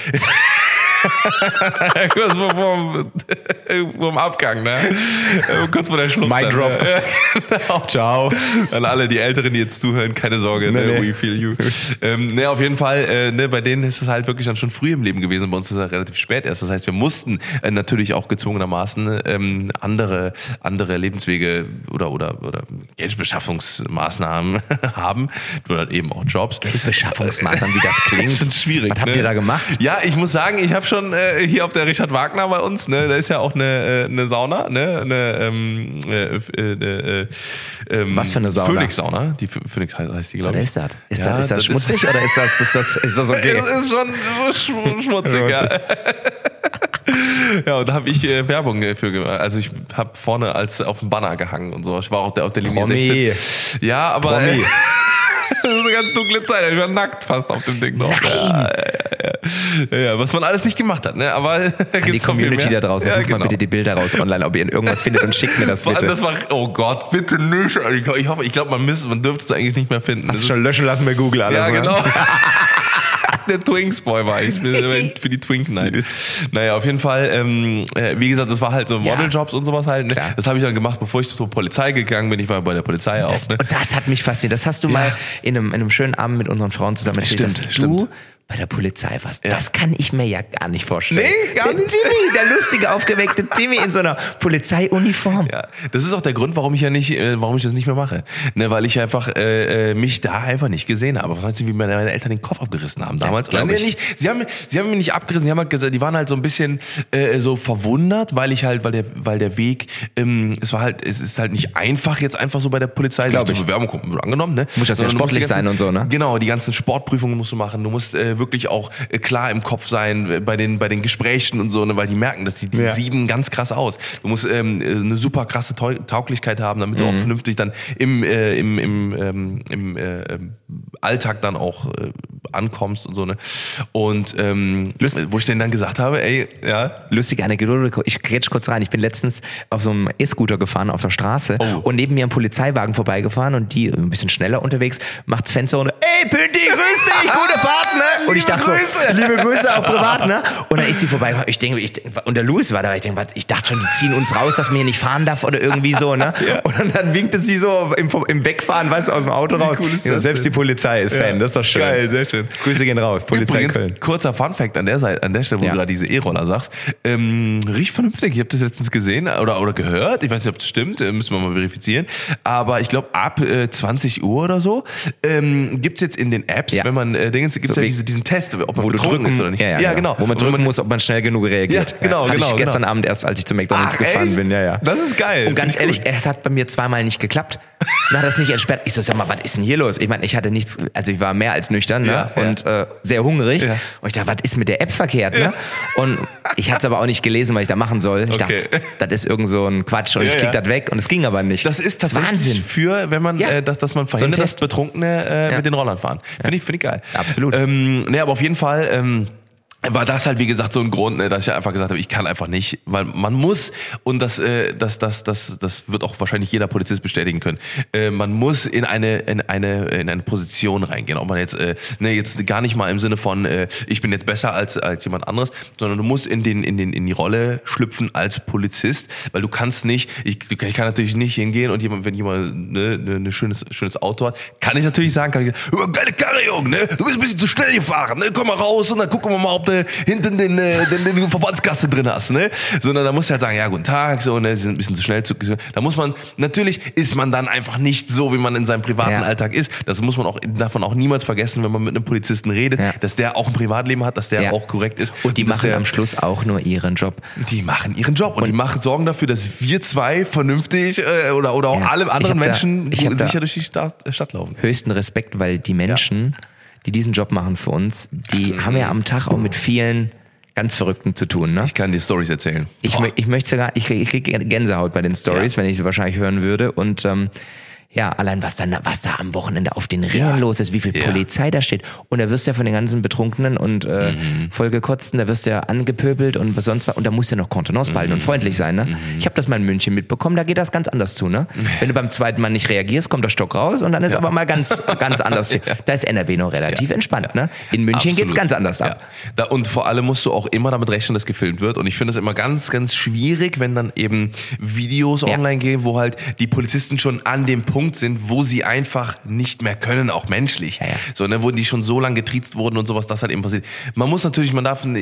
Kurz vorm Abgang, ne? Kurz vor der Schluss. Mic drop. Ja, genau. Ciao. An alle die Älteren, die jetzt zuhören, keine Sorge, ne? We feel you. Ne, auf jeden Fall, ne, bei denen ist es halt wirklich dann schon früh im Leben gewesen. Bei uns ist es relativ spät erst. Das heißt, wir mussten natürlich auch gezwungenermaßen andere Lebenswege oder Geldbeschaffungsmaßnahmen haben. Oder eben auch Jobs. Geldbeschaffungsmaßnahmen, wie das klingt. Das ist schwierig. Was habt ihr da gemacht? Ja, ich muss sagen, ich habe schon hier auf der Richard Wagner bei uns, ne, da ist ja auch eine Sauna, ne, was für eine Sauna? Phoenix-Sauna, die Phoenix heißt die, glaube ich. Was ist das? Ist das schmutzig oder ist das okay? Es ist schon schmutzig, ja. Ja, und da habe ich Werbung für gemacht. Also ich habe vorne auf dem Banner gehangen und so. Ich war auch auf der Linie 16. Ja, aber das ist eine ganz dunkle Zeit. Ich war nackt fast auf dem Ding noch. Ja, was man alles nicht gemacht hat, ne? Aber die Community da draußen, sucht mal bitte die Bilder raus online, ob ihr irgendwas findet und schickt mir das bitte. Das war, oh Gott, bitte nicht. Ich glaube, man dürfte es eigentlich nicht mehr finden. Hast du schon löschen lassen bei Google alles. Ja, genau. der Twinks-Boy war ich. Für die Twink-Night. Naja, auf jeden Fall, wie gesagt, das war halt so Modeljobs und sowas halt. Ne? Das habe ich dann gemacht, bevor ich zur Polizei gegangen bin. Ich war bei der Polizei auch. Ne? Und das hat mich fasziniert. Das hast du mal in einem schönen Abend mit unseren Frauen zusammen erzählt, dass du bei der Polizei warst. Ja. Das kann ich mir ja gar nicht vorstellen. Nee, gar nicht. Timmy, der lustige, aufgeweckte Timmy in so einer Polizeiuniform. Ja, das ist auch der Grund, warum ich das nicht mehr mache. Ne, weil ich einfach mich da einfach nicht gesehen habe. Was meinst du, wie meine Eltern den Kopf abgerissen haben damals? Ja, sie haben mich nicht abgerissen, sie haben halt gesagt, die waren halt so ein bisschen so verwundert, weil der Weg, es ist halt nicht einfach, jetzt einfach so bei der Polizei sich zur Bewerbung angenommen. Ne? Muss das ja sportlich sein und so, ne? Genau, die ganzen Sportprüfungen musst du machen. Du musst wirklich auch klar im Kopf sein bei den Gesprächen und so, ne, weil die merken, dass die sieben ganz krass aus. Du musst eine super krasse Tauglichkeit haben, damit du auch vernünftig dann im Alltag dann auch ankommst und so, ne. Und wo ich denen dann gesagt habe, lustige Anekdote, ich grätsch kurz rein. Ich bin letztens auf so einem E-Scooter gefahren auf der Straße und neben mir ein Polizeiwagen vorbeigefahren und die ein bisschen schneller unterwegs, macht's Fenster runter, ey Pünti, grüß dich, gute Fahrt, ne? Und ich dachte so, liebe Grüße auch privat, ne? Und dann ist sie vorbei. Ich denke, und der Louis war da. Ich dachte schon, die ziehen uns raus, dass man hier nicht fahren darf oder irgendwie so, ne? Ja. Und dann winkte sie so im Wegfahren, weißt du, aus dem Auto raus. Cool ist das selbst denn? Die Polizei ist Fan, das ist doch schön. Geil, sehr schön. Grüße gehen raus, Polizei Übrigens, Köln. Kurzer Funfact an der Stelle, wo du gerade diese E-Roller sagst. Riecht vernünftig. Ich habe das letztens gesehen oder gehört. Ich weiß nicht, ob es stimmt. Müssen wir mal verifizieren. Aber ich glaube, ab 20 Uhr oder so gibt's jetzt in den Apps, wenn man gibt's so diesen Test, ob man betrunken ist oder nicht. Ja, genau. Wo man drücken muss, ob man schnell genug reagiert. Ja, genau. Hatte ich gestern Abend erst, als ich zu McDonald's gefahren bin. Ja. Das ist geil. Und ganz ehrlich, es hat bei mir zweimal nicht geklappt. Dann hat das nicht entsperrt. Ich so, sag mal, was ist denn hier los? Ich meine, ich hatte nichts, also ich war mehr als nüchtern, ne? Und sehr hungrig. Ja. Und ich dachte, was ist mit der App verkehrt, ne? Und ich hatte es aber auch nicht gelesen, was ich da machen soll. Ich dachte, das ist irgend so ein Quatsch und ich klick das weg und es ging aber nicht. Das ist tatsächlich Wahnsinn. Wenn man, dass man verhindert, dass Betrunkene mit den Rollern fahren. Finde ich geil. Absolut. Aber auf jeden Fall war das halt, wie gesagt, so ein Grund, dass ich einfach gesagt habe, ich kann einfach nicht, weil man muss, und das wird auch wahrscheinlich jeder Polizist bestätigen können, man muss in eine Position reingehen, ob man jetzt gar nicht mal im Sinne von ich bin jetzt besser als jemand anderes, sondern du musst in die Rolle schlüpfen als Polizist, weil du kannst nicht, ich kann natürlich nicht hingehen und wenn jemand ein schönes Auto hat, kann ich natürlich sagen, geile Karre, Junge, ne? Du bist ein bisschen zu schnell gefahren, ne? Komm mal raus und dann gucken wir mal, ob du hinten den Verbandskasten drin hast, ne? Sondern da musst du halt sagen, ja, guten Tag, so, ne, sie sind ein bisschen zu schnell. Da muss man, natürlich ist man dann einfach nicht so, wie man in seinem privaten Alltag ist. Das muss man davon auch niemals vergessen, wenn man mit einem Polizisten redet, dass der auch ein Privatleben hat, dass der auch korrekt ist. Und die machen am Schluss auch nur ihren Job. Die machen ihren Job und die sorgen dafür, dass wir zwei vernünftig oder auch alle anderen Menschen sicher durch die Stadt laufen. Höchsten Respekt, weil die Menschen, die diesen Job machen für uns, die haben ja am Tag auch mit vielen ganz Verrückten zu tun, ne? Ich kann dir Storys erzählen. Ich möchte sogar, ich kriege Gänsehaut bei den Stories, wenn ich sie wahrscheinlich hören würde und allein was da am Wochenende auf den Ringen los ist, wie viel Polizei da steht. Und da wirst du ja von den ganzen Betrunkenen und Vollgekotzten, da wirst du ja angepöbelt und was sonst was. Und da musst du ja noch Kontenance behalten und freundlich sein, ne? Ich habe das mal in München mitbekommen, da geht das ganz anders zu, ne? Wenn du beim zweiten Mal nicht reagierst, kommt der Stock raus und dann ist aber mal ganz anders. Da ist NRW noch relativ entspannt, ne? In München geht's ganz anders ab. Ja. Und vor allem musst du auch immer damit rechnen, dass gefilmt wird. Und ich finde es immer ganz, ganz schwierig, wenn dann eben Videos online gehen, wo halt die Polizisten schon an dem Punkt sind, wo sie einfach nicht mehr können, auch menschlich. So, ne, wo die schon so lange getriezt wurden und sowas, das halt eben passiert. Man muss immer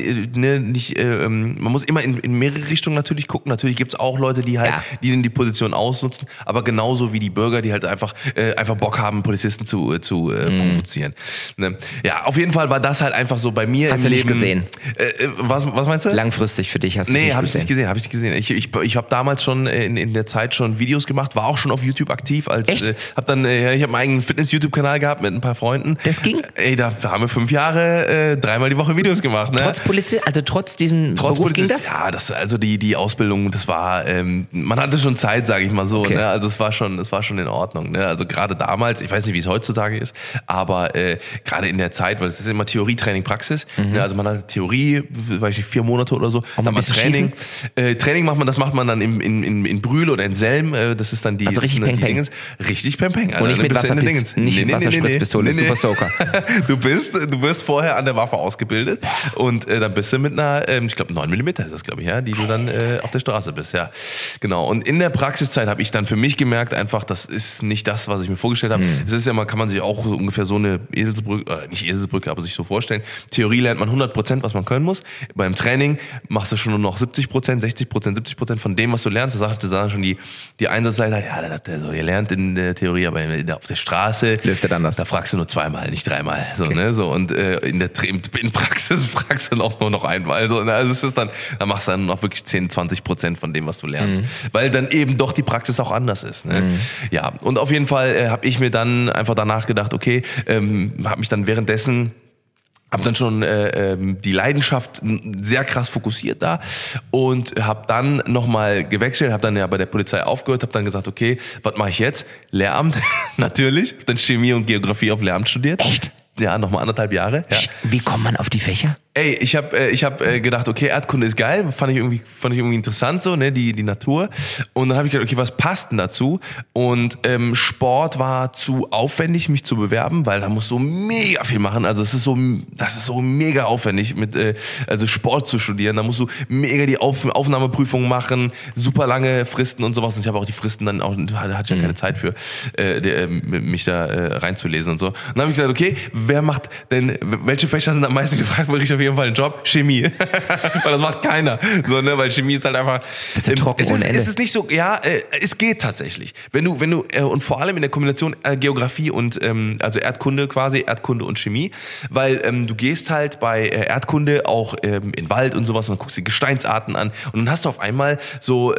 in mehrere Richtungen natürlich gucken. Natürlich gibt's auch Leute, die die Position ausnutzen, aber genauso wie die Bürger, die halt einfach Bock haben, Polizisten zu provozieren. Ne? Ja, auf jeden Fall war das halt einfach so bei mir hast im Leben. Hast du nicht gesehen? Was meinst du? Langfristig für dich hast du es nicht gesehen? Habe ich nicht gesehen. Ich habe damals schon in der Zeit schon Videos gemacht, war auch schon auf YouTube aktiv als Echt? Ich habe einen eigenen Fitness-YouTube-Kanal gehabt mit ein paar Freunden. Das ging? Da haben wir 5 Jahre 3-mal die Woche Videos gemacht. Ne? Trotz Polizei, also trotz diesem Beruf ging das? Ja, also die Ausbildung, das war, man hatte schon Zeit, sage ich mal so. Okay. Ne? Also es war schon in Ordnung. Ne? Also gerade damals, ich weiß nicht, wie es heutzutage ist, aber gerade in der Zeit, weil es ist immer Theorie, Training, Praxis. Ne? Also man hat Theorie, weiß ich, 4 Monate oder so. Dann mal Training. Training macht man dann in Brühl oder in Selm. Das ist dann die also richtig Peng-Peng. Richtig Peng. Und nicht mit Wasserspritzpistole, Super Soaker. Du wirst vorher an der Waffe ausgebildet und dann bist du mit einer, ich glaube 9 mm ist das, glaube ich, ja, die du dann auf der Straße bist, ja. Genau. Und in der Praxiszeit habe ich dann für mich gemerkt, einfach, das ist nicht das, was ich mir vorgestellt habe. Es ist ja mal, kann man sich auch ungefähr so eine Eselsbrücke, nicht Eselsbrücke, aber sich so vorstellen. Theorie lernt man 100%, was man können muss. Beim Training machst du schon nur noch 70%, 60%, 70% von dem, was du lernst. Da sagen schon die Einsatzleiter, ja, ihr lernt in der Theorie, aber auf der Straße läuft das anders. Da fragst du nur zweimal, nicht dreimal. So, okay. Ne? So, und in Praxis fragst du dann auch nur noch einmal. So, ne? Also es ist dann machst du dann noch wirklich 10-20% von dem, was du lernst. Weil dann eben doch die Praxis auch anders ist. Ne? Ja, und auf jeden Fall habe ich mir dann einfach danach gedacht, okay, habe mich dann währenddessen habe dann schon die Leidenschaft sehr krass fokussiert da und habe dann nochmal gewechselt, habe dann ja bei der Polizei aufgehört, habe dann gesagt, okay, was mache ich jetzt? Lehramt, natürlich. Hab dann Chemie und Geografie auf Lehramt studiert. Echt? Ja, nochmal 1,5 Jahre. Ja. Wie kommt man auf die Fächer? Ey, ich hab gedacht, okay, Erdkunde ist geil, fand ich irgendwie interessant so, ne, die Natur. Und dann habe ich gedacht, okay, was passt denn dazu? Und Sport war zu aufwendig, mich zu bewerben, weil da musst du mega viel machen. Also das ist so mega aufwendig, also Sport zu studieren. Da musst du mega die Aufnahmeprüfung machen, super lange Fristen und sowas. Und ich habe auch die Fristen dann auch, hatte ich ja keine Zeit für, mich da reinzulesen und so. Und dann habe ich gesagt, okay, welche Fächer sind am meisten gefragt, wo ich auf jeden Fall einen Job? Chemie. Weil das macht keiner. So, ne? Weil Chemie ist halt einfach. Das ist trocken ohne Ende. Es ist nicht so, ja, es geht tatsächlich. Wenn du, und vor allem in der Kombination Geografie und, also Erdkunde quasi, Erdkunde und Chemie, weil du gehst halt bei Erdkunde auch in Wald und sowas und guckst die Gesteinsarten an und dann hast du auf einmal so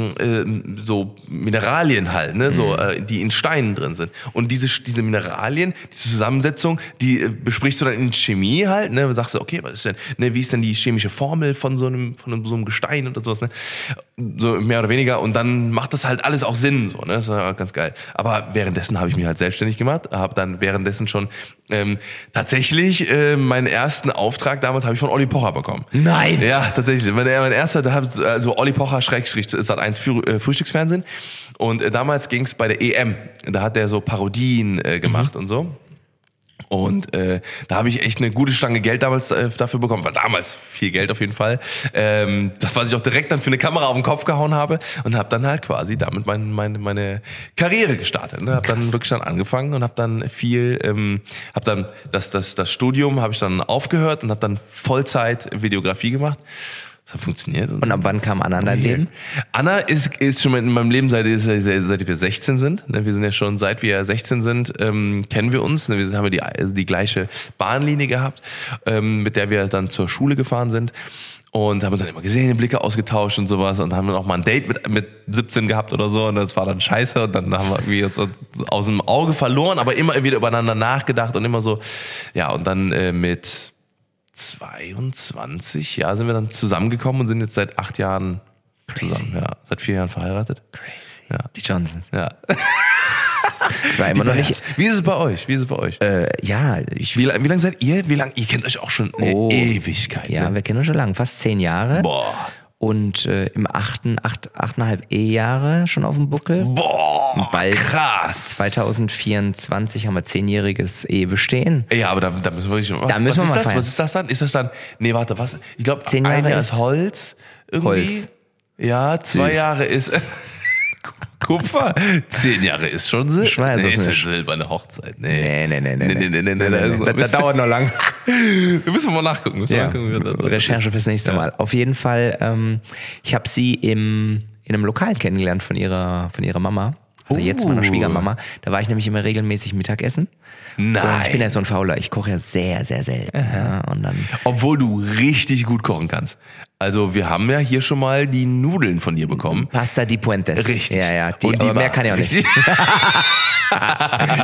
Mineralien halt, ne, die in Steinen drin sind. Und diese Mineralien, diese Zusammensetzung, die besprichst du dann in Chemie halt, ne, sagst du, okay, was ist denn, ne, wie ist denn die chemische Formel von so einem Gestein oder sowas, ne, so mehr oder weniger, und dann macht das halt alles auch Sinn, so, ne, das ist halt ganz geil. Aber währenddessen habe ich mich halt selbstständig gemacht, habe dann währenddessen schon tatsächlich meinen ersten Auftrag damals habe ich von Olli Pocher bekommen. Nein! Ja, tatsächlich. Mein erster, also Olli Pocher Sat.1 Frühstücksfernsehen, und damals ging es bei der EM, da hat der so Parodien gemacht und so. Und da habe ich echt eine gute Stange Geld damals dafür bekommen, war damals viel Geld auf jeden Fall. Das, was ich auch direkt dann für eine Kamera auf den Kopf gehauen habe, und habe dann halt quasi damit meine Karriere gestartet. Ne? Habe dann wirklich angefangen und habe dann viel, habe dann das Studium habe ich dann aufgehört und habe dann Vollzeit Videografie gemacht. Das hat funktioniert. Und ab wann kam Anna in dein Leben? Anna ist schon in meinem Leben, seit wir 16 sind. Wir sind ja schon, seit wir 16 sind, kennen wir uns. Wir haben die gleiche Bahnlinie gehabt, mit der wir dann zur Schule gefahren sind. Und haben uns dann immer gesehen, die Blicke ausgetauscht und sowas, und haben dann auch mal ein Date mit 17 gehabt oder so, und das war dann scheiße, und dann haben wir irgendwie uns aus dem Auge verloren, aber immer wieder übereinander nachgedacht und immer so, ja, und dann mit 22, ja, sind wir dann zusammengekommen und sind jetzt seit 8 Jahren zusammen, ja, seit 4 Jahren verheiratet. Crazy. Ja. Die Johnsons. Ja. Ich war immer noch nicht. Wie ist es bei euch? Ja, wie lange seid ihr? Ihr kennt euch auch schon eine Ewigkeit. Ja, ne? Wir kennen uns schon lange, fast 10 Jahre. Boah. Und im 8,5 Ehejahre schon auf dem Buckel. Boah, und bald krass. 2024 haben wir 10-jähriges Ehebestehen. Ja, aber da müssen wir richtig. Da müssen wir mal feiern. Was ist das dann? Ist das dann? Nee, warte, was? Ich glaube, 10 Jahre ein Jahr ist ist Holz. Irgendwie. Holz. Ja, 2 Süß. Jahre ist Kupfer. 10 Jahre ist schon Silber. Ich weiß es nicht. Silberne Hochzeit. Nee. Also, Das dauert noch lang. Wir müssen mal nachgucken. Recherche fürs nächste Mal. Auf jeden Fall, ich habe sie in einem Lokal kennengelernt von ihrer Mama. Also jetzt meiner Schwiegermama. Da war ich nämlich immer regelmäßig Mittagessen. Nein. Und ich bin ja so ein Fauler. Ich koche ja sehr, sehr selten. Ja, und dann obwohl du richtig gut kochen kannst. Also wir haben ja hier schon mal die Nudeln von dir bekommen. Pasta di Puentes. Richtig. Ja. Aber mehr kann ich auch nicht.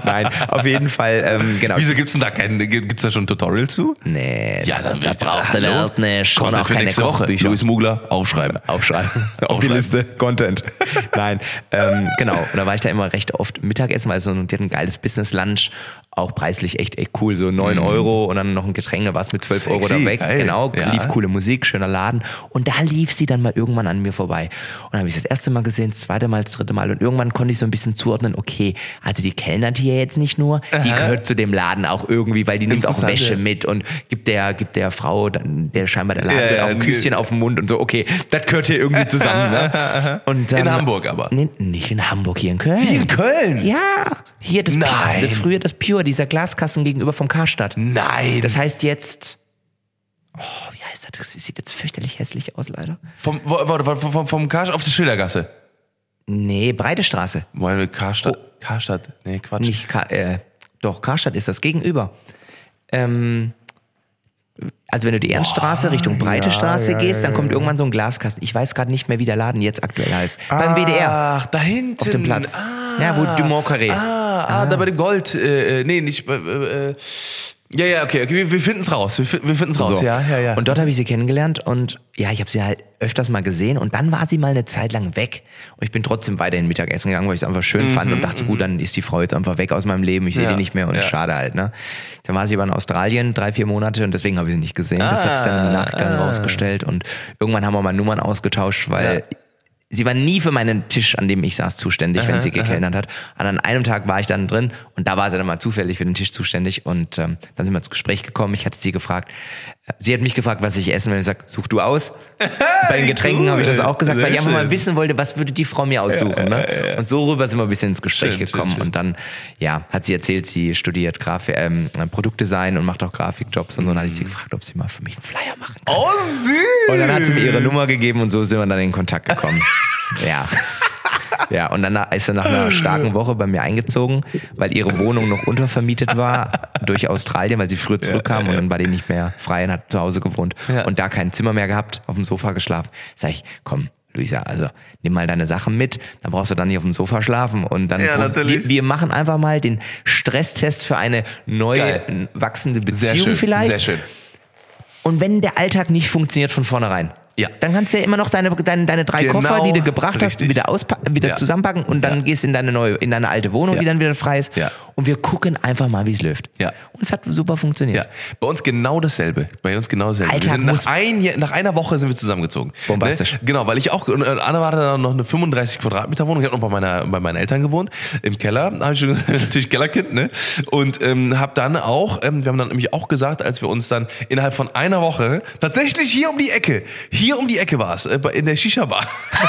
Nein, auf jeden Fall, genau. Wieso gibt's da schon ein Tutorial zu? Nee, Ja, dann da braucht der Welt nicht. Und auch keine Kochbücher. Louis Mugler, aufschreiben. Auf die Liste, Content. Nein, genau. Und da war ich da immer recht oft Mittagessen, weil die hatten ein geiles Business-Lunch, auch preislich echt cool, so 9 Euro und dann noch ein Getränk, da war es mit 12 Euro da weg. Geil. Genau, Ja. lief coole Musik, schöner Laden. Und da lief sie dann mal irgendwann an mir vorbei. Und dann habe ich das erste Mal gesehen, das zweite Mal, das dritte Mal. Und irgendwann konnte ich so ein bisschen zuordnen, okay, also die kellnert hier jetzt nicht nur, die gehört zu dem Laden auch irgendwie, weil die nimmt auch Wäsche mit und gibt der Frau, der scheinbar der Laden gehört, auch ein Küsschen auf den Mund und so. Okay, das gehört hier irgendwie zusammen. Ne? Und, In Hamburg aber. Nee, nicht in Hamburg, hier in Köln. Hier in Köln? Ja, hier das Nein. früher das Pure, dieser Glaskasten gegenüber vom Karstadt. Nein. Das heißt jetzt, wie heißt das? Das sieht jetzt fürchterlich hässlich aus, leider. Vom Karstadt auf die Schildergasse. Nee, Breite Straße. Meine Karstadt. Nee, Quatsch. Nicht doch, Karstadt ist das gegenüber. Also wenn du die Ernststraße Richtung Breite Straße gehst, dann kommt irgendwann so ein Glaskasten. Ich weiß gerade nicht mehr, wie der Laden jetzt aktuell heißt. Beim WDR. Ach, da hinten. Auf dem Platz. Ja, wo Dumont Carré. Da bei dem Gold. Nee, nicht. Ja, okay. Wir finden's raus. Wir finden's raus. So. Ja. Und dort habe ich sie kennengelernt und ja, ich habe sie halt öfters mal gesehen und dann war sie mal eine Zeit lang weg und ich bin trotzdem weiterhin Mittagessen gegangen, weil ich es einfach schön fand und dachte so, gut, dann ist die Frau jetzt einfach weg aus meinem Leben, ich sehe die nicht mehr und schade halt, ne. Dann war sie aber in Australien 3-4 Monate und deswegen habe ich sie nicht gesehen. Das hat sich dann im Nachgang rausgestellt und irgendwann haben wir mal Nummern ausgetauscht, weil sie war nie für meinen Tisch, an dem ich saß, zuständig, wenn sie gekellnert hat. Und an einem Tag war ich dann drin und da war sie dann mal zufällig für den Tisch zuständig und dann sind wir ins Gespräch gekommen. Ich hatte sie gefragt, sie hat mich gefragt, was ich essen will. Ich sag, such du aus. Bei den Getränken habe ich das auch gesagt, weil ich einfach mal wissen wollte, was würde die Frau mir aussuchen. Ne? Und so rüber sind wir ein bisschen ins Gespräch gekommen. Schön. Und dann, hat sie erzählt, sie studiert Produktdesign und macht auch Grafikjobs und so. Und dann hatte ich sie gefragt, ob sie mal für mich einen Flyer machen kann. Oh, süß! Und dann hat sie mir ihre Nummer gegeben und so sind wir dann in Kontakt gekommen. Ja. Ja, und dann ist sie nach einer starken Woche bei mir eingezogen, weil ihre Wohnung noch untervermietet war durch Australien, weil sie früher zurückkam und dann war die nicht mehr frei und hat zu Hause gewohnt und da kein Zimmer mehr gehabt, auf dem Sofa geschlafen. Sag ich, komm, Luisa, also nimm mal deine Sachen mit, dann brauchst du dann nicht auf dem Sofa schlafen und dann wir machen einfach mal den Stresstest für eine neu wachsende Beziehung vielleicht. Sehr schön. Und wenn der Alltag nicht funktioniert von vornherein, dann kannst du ja immer noch deine 3 Koffer, die du gebracht hast, wieder zusammenpacken und dann gehst in deine alte Wohnung, die dann wieder frei ist. Ja. Und wir gucken einfach mal, wie es läuft. Ja. Und es hat super funktioniert. Ja. Bei uns genau dasselbe. Alltag wir sind nach einer Woche sind wir zusammengezogen. Bombastisch. Ne? Genau, weil ich auch, Anna war dann noch eine 35 Quadratmeter Wohnung. Ich habe noch bei meinen Eltern gewohnt. Im Keller. Habe ich schon natürlich Kellerkind, ne? Und habe dann auch, wir haben dann nämlich auch gesagt, als wir uns dann innerhalb von einer Woche tatsächlich hier um die Ecke war es, in der Shisha-Bar.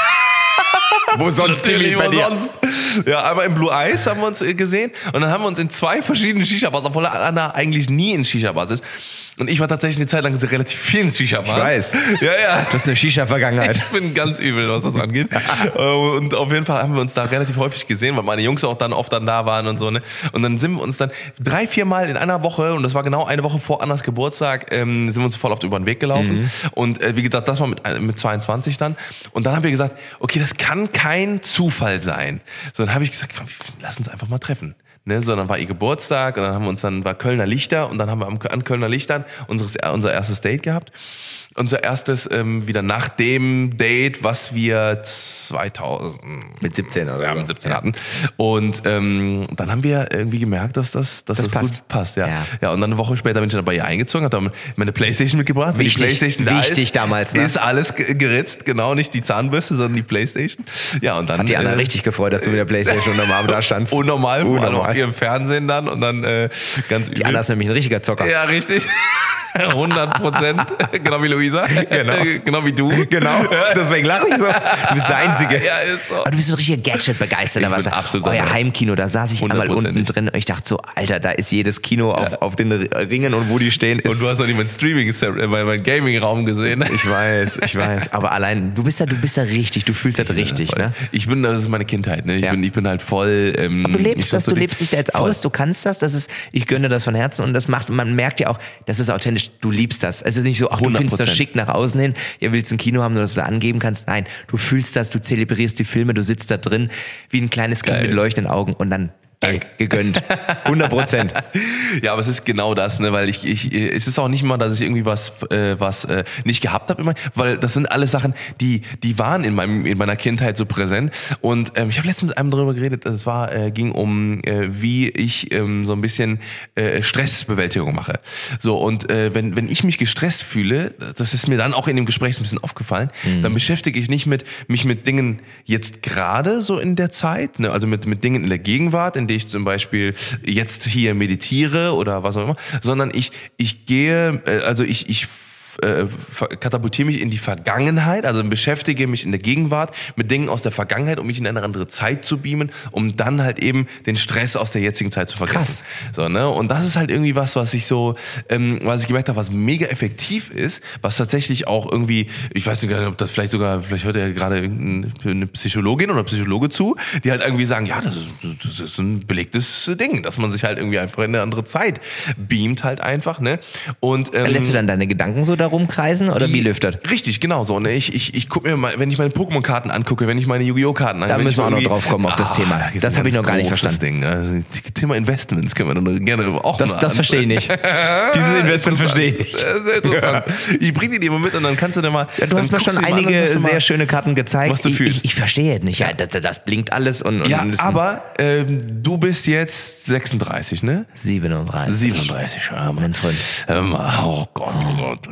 Wo sonst, Timmy, bei dir? Ja, einmal im Blue Eyes haben wir uns gesehen und dann haben wir uns in 2 verschiedenen Shisha-Bars, obwohl Anna eigentlich nie in Shisha-Bars ist. Und ich war tatsächlich eine Zeit lang relativ viel in Shisha-Bars. Ich weiß. Ja. Du hast eine Shisha-Vergangenheit. Ich bin ganz übel, was das angeht. Und auf jeden Fall haben wir uns da relativ häufig gesehen, weil meine Jungs auch dann oft da waren und so, ne. Und dann sind wir uns dann 3-4 Mal in einer Woche, und das war genau eine Woche vor Annas Geburtstag, sind wir uns voll oft über den Weg gelaufen. Und wie gesagt, das war mit 22 dann. Und dann haben wir gesagt, okay, das kann kein Zufall sein. So, dann habe ich gesagt, komm, lass uns einfach mal treffen. Ne, so, dann war ihr Geburtstag und dann war Kölner Lichter und dann haben wir an Kölner Lichtern unser erstes Date gehabt. Unser erstes wieder nach dem Date, was wir 2000 mit 17 oder mit 17 hatten. Und dann haben wir irgendwie gemerkt, dass das gut passt. Ja. Und dann eine Woche später bin ich dann bei ihr eingezogen, habe dann meine Playstation mitgebracht. Wichtig, die Playstation wichtig damals, ne? Ist alles geritzt, genau, nicht die Zahnbürste, sondern die Playstation. Ja, und dann hat die Anna richtig gefreut, dass du mit der Playstation unterm Arm da standst. Unnormal, vor allem auf ihrem Fernsehen dann und dann ganz übel. Die Anna ist nämlich ein richtiger Zocker. Ja, richtig. 100%, genau wie Luisa, genau wie du. Genau, deswegen lache ich so. Du bist der Einzige. Ja, ist so. Aber du bist so ein richtiger Gadget-Begeisterter. Euer Heimkino, da saß ich einmal unten drin und ich dachte so, Alter, da ist jedes Kino auf den Ringen und wo die stehen. Und du hast doch nicht mein mein Gaming-Raum gesehen. Ich weiß. Aber allein, du bist da richtig, du fühlst das richtig, ne? Das ist meine Kindheit, ne? Ich bin halt voll... Aber du lebst das, du lebst dich da jetzt aus, du kannst das, ich gönne das von Herzen und das macht, man merkt ja auch, das ist authentisch. Du liebst das. Es ist nicht so, ach, du 100%. Findest das schick nach außen hin, ihr willst ein Kino haben, nur dass du das angeben kannst. Nein, du fühlst das, du zelebrierst die Filme, du sitzt da drin wie ein kleines Kind mit leuchtenden Augen und dann Ey, gegönnt. 100%. Ja, aber es ist genau das, ne, weil es ist auch nicht mal, dass ich irgendwie was nicht gehabt habe immer, weil das sind alles Sachen, die waren in meiner Kindheit so präsent und ich habe letztens mit einem darüber geredet, ging um wie ich so ein bisschen Stressbewältigung mache. So und wenn ich mich gestresst fühle, das ist mir dann auch in dem Gespräch so ein bisschen aufgefallen, dann beschäftige ich nicht mich mit Dingen jetzt gerade so in der Zeit, ne, also mit Dingen in der Gegenwart, in der ich zum Beispiel jetzt hier meditiere oder was auch immer, sondern ich katapultiere mich in die Vergangenheit, also beschäftige mich in der Gegenwart mit Dingen aus der Vergangenheit, um mich in eine andere Zeit zu beamen, um dann halt eben den Stress aus der jetzigen Zeit zu vergessen. Krass. So, ne? Und das ist halt irgendwie was ich gemerkt habe, was mega effektiv ist, was tatsächlich auch irgendwie, ich weiß nicht, ob das vielleicht hört ja gerade eine Psychologin oder Psychologe zu, die halt irgendwie sagen, ja, das ist ein belegtes Ding, dass man sich halt irgendwie einfach in eine andere Zeit beamt halt einfach, ne? Und lässt du dann deine Gedanken so da rumkreisen oder wie läuft das? Richtig, genau so. Ne? Ich gucke mir mal, wenn ich meine Pokémon-Karten angucke, wenn ich meine Yu-Gi-Oh! Karten angucke. Da müssen wir auch noch drauf kommen auf das Thema. Das habe ich noch gar nicht verstanden. Ding, ne? Thema Investments können wir dann gerne auch mal Das verstehe ich nicht. Dieses Investment verstehe ich nicht. Sehr interessant. Ich bringe dir mal mit und dann kannst du dir mal... Ja, du hast mir schon einige sehr schöne Karten gezeigt. Was du fühlst. Ich verstehe es nicht. Ja, das blinkt alles. Aber du bist jetzt 36, ne? 37, mein Freund. Oh Gott.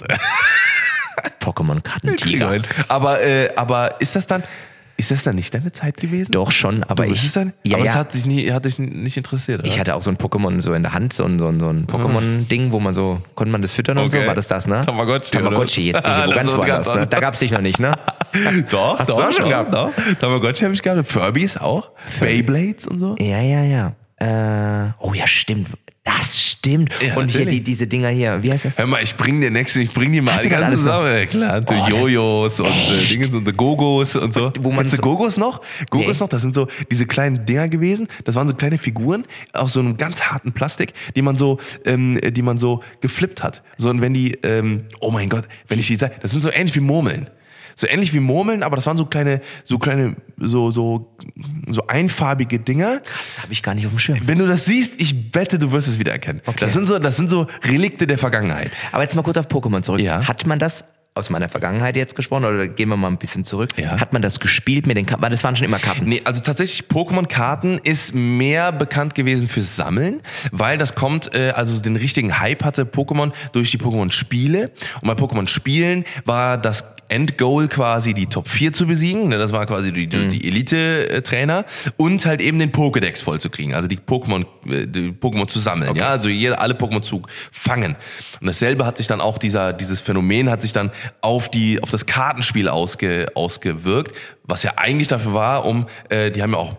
Pokémon-Kartentiger. Aber ist das dann nicht deine Zeit gewesen? Doch schon, aber es hat dich nicht interessiert, oder? Ich hatte auch so ein Pokémon so in der Hand, so ein Pokémon-Ding, wo man so, konnte man das füttern und so, war das, ne? Tamagotchi, jetzt bin ich wo ganz woanders, ne? Da gab's dich noch nicht, ne? Doch, hast du auch schon gehabt, ne? Tamagotchi habe ich gehabt, Furbies auch, Beyblades und so. Ja. Oh ja, stimmt. Das stimmt. Ja, und natürlich. Hier diese Dinger hier, wie heißt das? Hör mal, ich bring dir mal die ganzen Sachen. Ja, klar, Jojos und Dinge und Gogos und so. Kennst du Gogos noch? Noch, das sind so diese kleinen Dinger gewesen. Das waren so kleine Figuren aus so einem ganz harten Plastik, die man so geflippt hat. So, und wenn die, oh mein Gott, wenn ich die sage, das sind so ähnlich wie Murmeln. So ähnlich wie Murmeln, aber das waren so einfarbige Dinger. Krass, habe ich gar nicht auf dem Schirm. Wenn du das siehst, ich wette, du wirst es wiedererkennen. Okay. Das sind so Relikte der Vergangenheit. Aber jetzt mal kurz auf Pokémon zurück. Ja. Hat man das aus meiner Vergangenheit jetzt gesprochen, oder gehen wir mal ein bisschen zurück? Ja. Hat man das gespielt mit den Karten? Das waren schon immer Karten. Nee, also tatsächlich Pokémon-Karten ist mehr bekannt gewesen fürs Sammeln, weil das kommt, also den richtigen Hype hatte Pokémon durch die Pokémon-Spiele. Und bei Pokémon-Spielen war das Endgoal quasi die Top 4 zu besiegen, das war quasi die Elite-Trainer und halt eben den Pokédex vollzukriegen, also die Pokémon zu sammeln, okay. Ja, also alle Pokémon zu fangen. Und dasselbe hat sich dann auch dieses Phänomen hat sich dann auf das Kartenspiel ausgewirkt, was ja eigentlich dafür war, die haben ja auch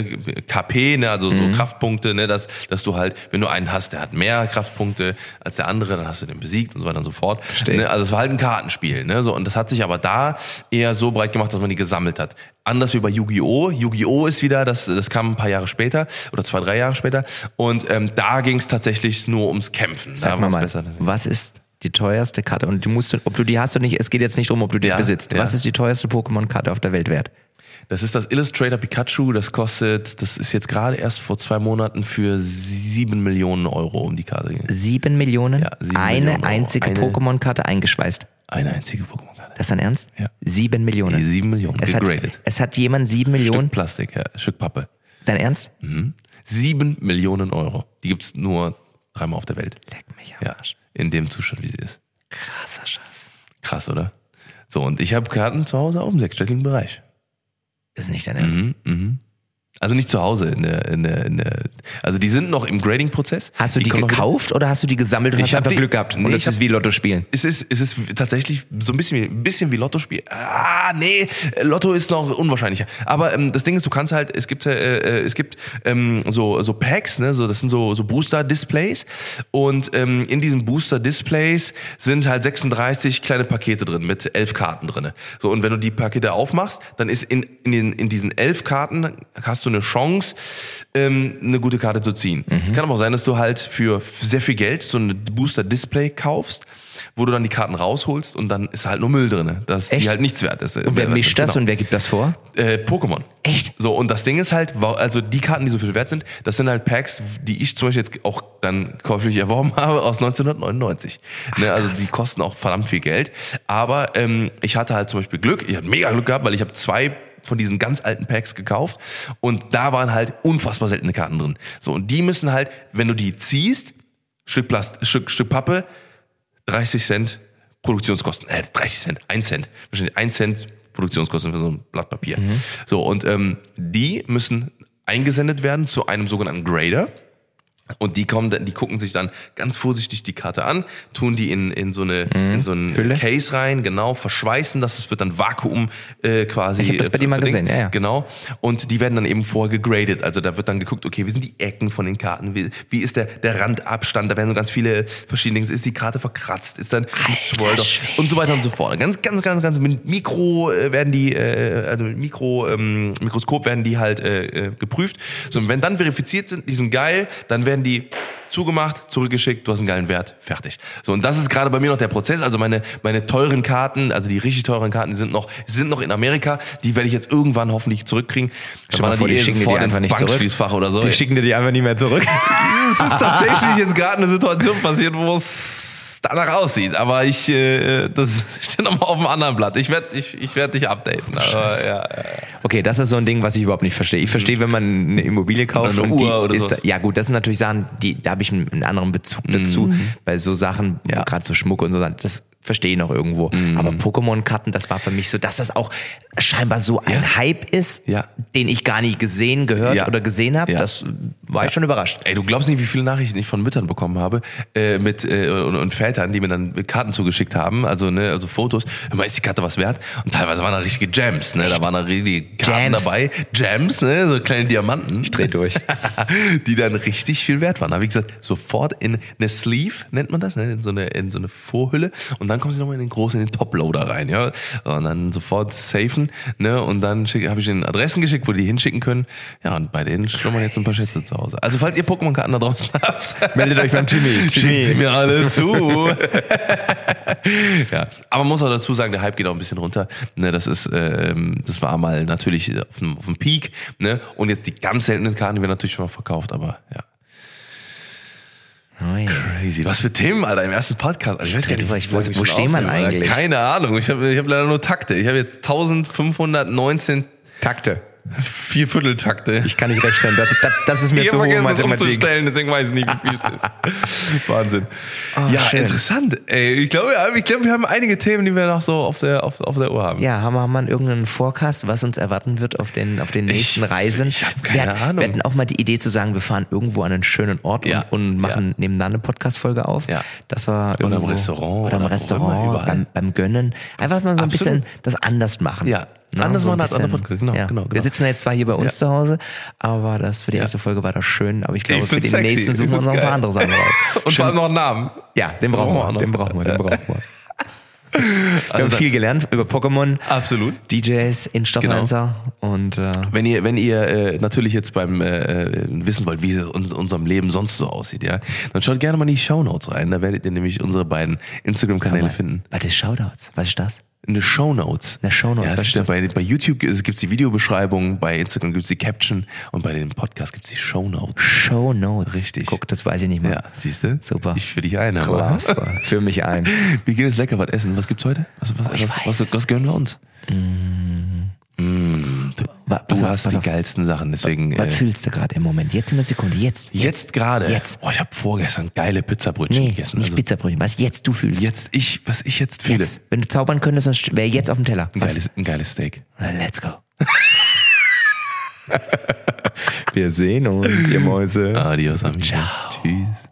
KP, also so Kraftpunkte, dass du halt, wenn du einen hast, der hat mehr Kraftpunkte als der andere, dann hast du den besiegt und so weiter und so fort. Also es war halt ein Kartenspiel, so, und das hat sich aber da eher so breit gemacht, dass man die gesammelt hat. Anders wie bei Yu-Gi-Oh! Yu-Gi-Oh! Ist wieder, das kam ein paar Jahre später oder 2-3 Jahre später und da ging es tatsächlich nur ums Kämpfen. Sag mal, was ist die teuerste Karte? Und ob du die hast oder nicht, es geht jetzt nicht darum, ob du die besitzt. Was ist die teuerste Pokémon-Karte auf der Welt wert? Das ist das Illustrator Pikachu, das ist jetzt gerade erst vor 2 Monaten für 7 Millionen Euro um die Karte. 7 Millionen? Ja, 7 eine Millionen einzige Pokémon-Karte eingeschweißt? Eine einzige Pokémon-Karte. Das ist dein Ernst? Ja. 7 Millionen? Die 7 Millionen, gegradet. Es hat jemand 7 Millionen? Stück Plastik, ja, Stück Pappe. Dein Ernst? 7 Millionen Euro. Die gibt's nur 3-mal auf der Welt. Leck mich am Arsch. In dem Zustand, wie sie ist. Krasser Scheiß. Krass, oder? So, und ich habe Karten zu Hause auch im 6-stelligen Bereich. Das ist nicht dein Ernst? Also nicht zu Hause, also die sind noch im Grading-Prozess. Hast du die gekauft oder hast du die gesammelt und hast einfach Glück gehabt? Und es ist wie Lotto spielen? Es ist tatsächlich so ein bisschen wie Lotto spielen. Nee, Lotto ist noch unwahrscheinlicher. Aber das Ding ist, du kannst halt, es gibt so Packs, das sind so Booster-Displays und in diesen Booster-Displays sind halt 36 kleine Pakete drin mit 11 Karten drin. So, und wenn du die Pakete aufmachst, dann ist in diesen 11 Karten hast du eine Chance, eine gute Karte zu ziehen. Es kann aber auch sein, dass du halt für sehr viel Geld so ein Booster-Display kaufst wo du dann die Karten rausholst und dann ist halt nur Müll drin, dass die halt nichts wert ist. Und wer mischt das und wer gibt das vor? Pokémon. Echt? So, und das Ding ist halt, also die Karten, die so viel wert sind, das sind halt Packs, die ich zum Beispiel jetzt auch dann käuflich erworben habe aus 1999. Ne, also die kosten auch verdammt viel Geld. Aber ich hatte halt zum Beispiel Glück, ich hatte mega Glück gehabt, weil ich habe 2 von diesen ganz alten Packs gekauft und da waren halt unfassbar seltene Karten drin. So, und die müssen halt, wenn du die ziehst, Stück Pappe, 30 Cent Produktionskosten. 30 Cent, 1 Cent. Wahrscheinlich 1 Cent Produktionskosten für so ein Blatt Papier. So, und die müssen eingesendet werden zu einem sogenannten Grader. Und die gucken sich dann ganz vorsichtig die Karte an, tun die in so einen Hülle? Case rein, genau, verschweißen das wird dann Vakuum quasi. Ich habe das bei dir mal gesehen, ja. Genau. Und die werden dann eben vorher gegradet. Also da wird dann geguckt, okay, wie sind die Ecken von den Karten, wie ist der Randabstand, da werden so ganz viele verschiedene Dinge, ist die Karte verkratzt, ist dann ein Swirl und so weiter und so fort. Ganz mit Mikroskop werden die halt geprüft. So, und wenn dann verifiziert sind, die sind geil, dann werden die zugemacht, zurückgeschickt, du hast einen geilen Wert, fertig. So, und das ist gerade bei mir noch der Prozess. Also meine teuren Karten, also die richtig teuren Karten, die sind noch in Amerika. Die werde ich jetzt irgendwann hoffentlich zurückkriegen. Die schicken dir die einfach nicht zurück. Oder so. Die schicken dir die einfach nicht mehr zurück. Es ist tatsächlich jetzt gerade eine Situation passiert, wo es danach aussieht. Aber das steht nochmal auf einem anderen Blatt. Ich werd dich updaten. Aber, ja. Okay, das ist so ein Ding, was ich überhaupt nicht verstehe. Ich verstehe, wenn man eine Immobilie kauft oder eine Uhr oder so. Ja gut, das sind natürlich Sachen, da habe ich einen anderen Bezug dazu. Bei so Sachen, gerade so Schmuck und so, das verstehe ich noch irgendwo. Aber Pokémon-Karten, das war für mich so, dass das auch scheinbar so ein Hype ist, den ich gar nicht gesehen, gehört oder gesehen habe. Das war ich schon überrascht. Ey, du glaubst nicht, wie viele Nachrichten ich von Müttern bekommen habe und Vätern, die mir dann Karten zugeschickt haben, also Fotos. Immer ist die Karte was wert? Und teilweise waren da richtige Gems, ne? Da waren da richtige Karten dabei. Gems, ne? So kleine Diamanten. Ich dreh durch. Die dann richtig viel wert waren. Da habe ich gesagt, sofort in eine Sleeve, nennt man das, ne? In so eine Vorhülle. Und dann kommen sie nochmal in den Toploader rein, ja. Und dann sofort safen, ne? Und dann habe ich ihnen Adressen geschickt, wo die hinschicken können. Ja, und bei denen schlummern jetzt ein paar Schätze zu Hause. Also falls ihr Pokémon-Karten da draußen habt, meldet euch beim Jimmy. Schickt sie mir alle zu. Ja, aber man muss auch dazu sagen, der Hype geht auch ein bisschen runter. Ne, das war mal natürlich auf dem Peak, ne? Und jetzt die ganz seltenen Karten, die werden natürlich schon mal verkauft, aber ja. Oh ja. Crazy. Was für Themen, Alter, im ersten Podcast. Also ich weiß gar nicht, wo steht man eigentlich? Keine Ahnung. Ich hab leider nur Takte. Ich habe jetzt 1519 Takte. 4/4 Takte. Ich kann nicht rechnen. Das ist mir zu hoch Mathematik. Umzustellen, deswegen weiß ich nicht, wie viel es ist. Wahnsinn. Oh, ja, schön. Interessant. Ey, ich glaube, wir haben einige Themen, die wir noch so auf der Uhr haben. Ja, haben wir irgendeinen Forecast, was uns erwarten wird auf den nächsten Reisen? Ich habe keine Ahnung. Wir hatten auch mal die Idee zu sagen, wir fahren irgendwo an einen schönen Ort und machen nebeneinander eine Podcast-Folge auf. Ja. Das war irgendwo, oder im Restaurant. Oder im Restaurant, beim Gönnen. Einfach mal so ein bisschen das anders machen. Ja. Anders machen als andere Podcast. Genau. Wir sitzen jetzt zwar hier bei uns zu Hause, aber das für die erste Folge war das schön. Aber ich glaube, für den nächsten suchen wir uns noch ein paar andere Sachen raus. Und vor allem noch einen Namen. Ja, den brauchen wir. Wir haben viel gelernt über Pokémon. Absolut. DJs, Influencer und wenn ihr natürlich jetzt beim wissen wollt, wie es in unserem Leben sonst so aussieht, ja, dann schaut gerne mal in die Shownotes rein. Da werdet ihr nämlich unsere beiden Instagram-Kanäle finden. Warte, Shoutouts, was ist das? Eine Shownotes. Eine Shownotes. Ja, bei YouTube gibt's die Videobeschreibung, bei Instagram gibt's die Caption und bei dem Podcast gibt's die Shownotes. Shownotes. Richtig. Guck, das weiß ich nicht mehr. Ja, siehst du? Super. Ich führe dich ein. Klasse. Führ mich ein. Wie geht es lecker was essen? Was gibt's heute? Was gönnen wir uns? Du hast die geilsten Sachen, deswegen. Was fühlst du gerade im Moment? Jetzt in der Sekunde, jetzt. Jetzt gerade? Jetzt. Oh, ich habe vorgestern geile Pizzabrötchen gegessen. Nicht Pizzabrötchen, was jetzt du fühlst. Was ich jetzt fühle. Jetzt. Wenn du zaubern könntest, wäre jetzt auf dem Teller. Ein geiles Steak. Let's go. Wir sehen uns, ihr Mäuse. Adios, amigos. Ciao. Tschüss.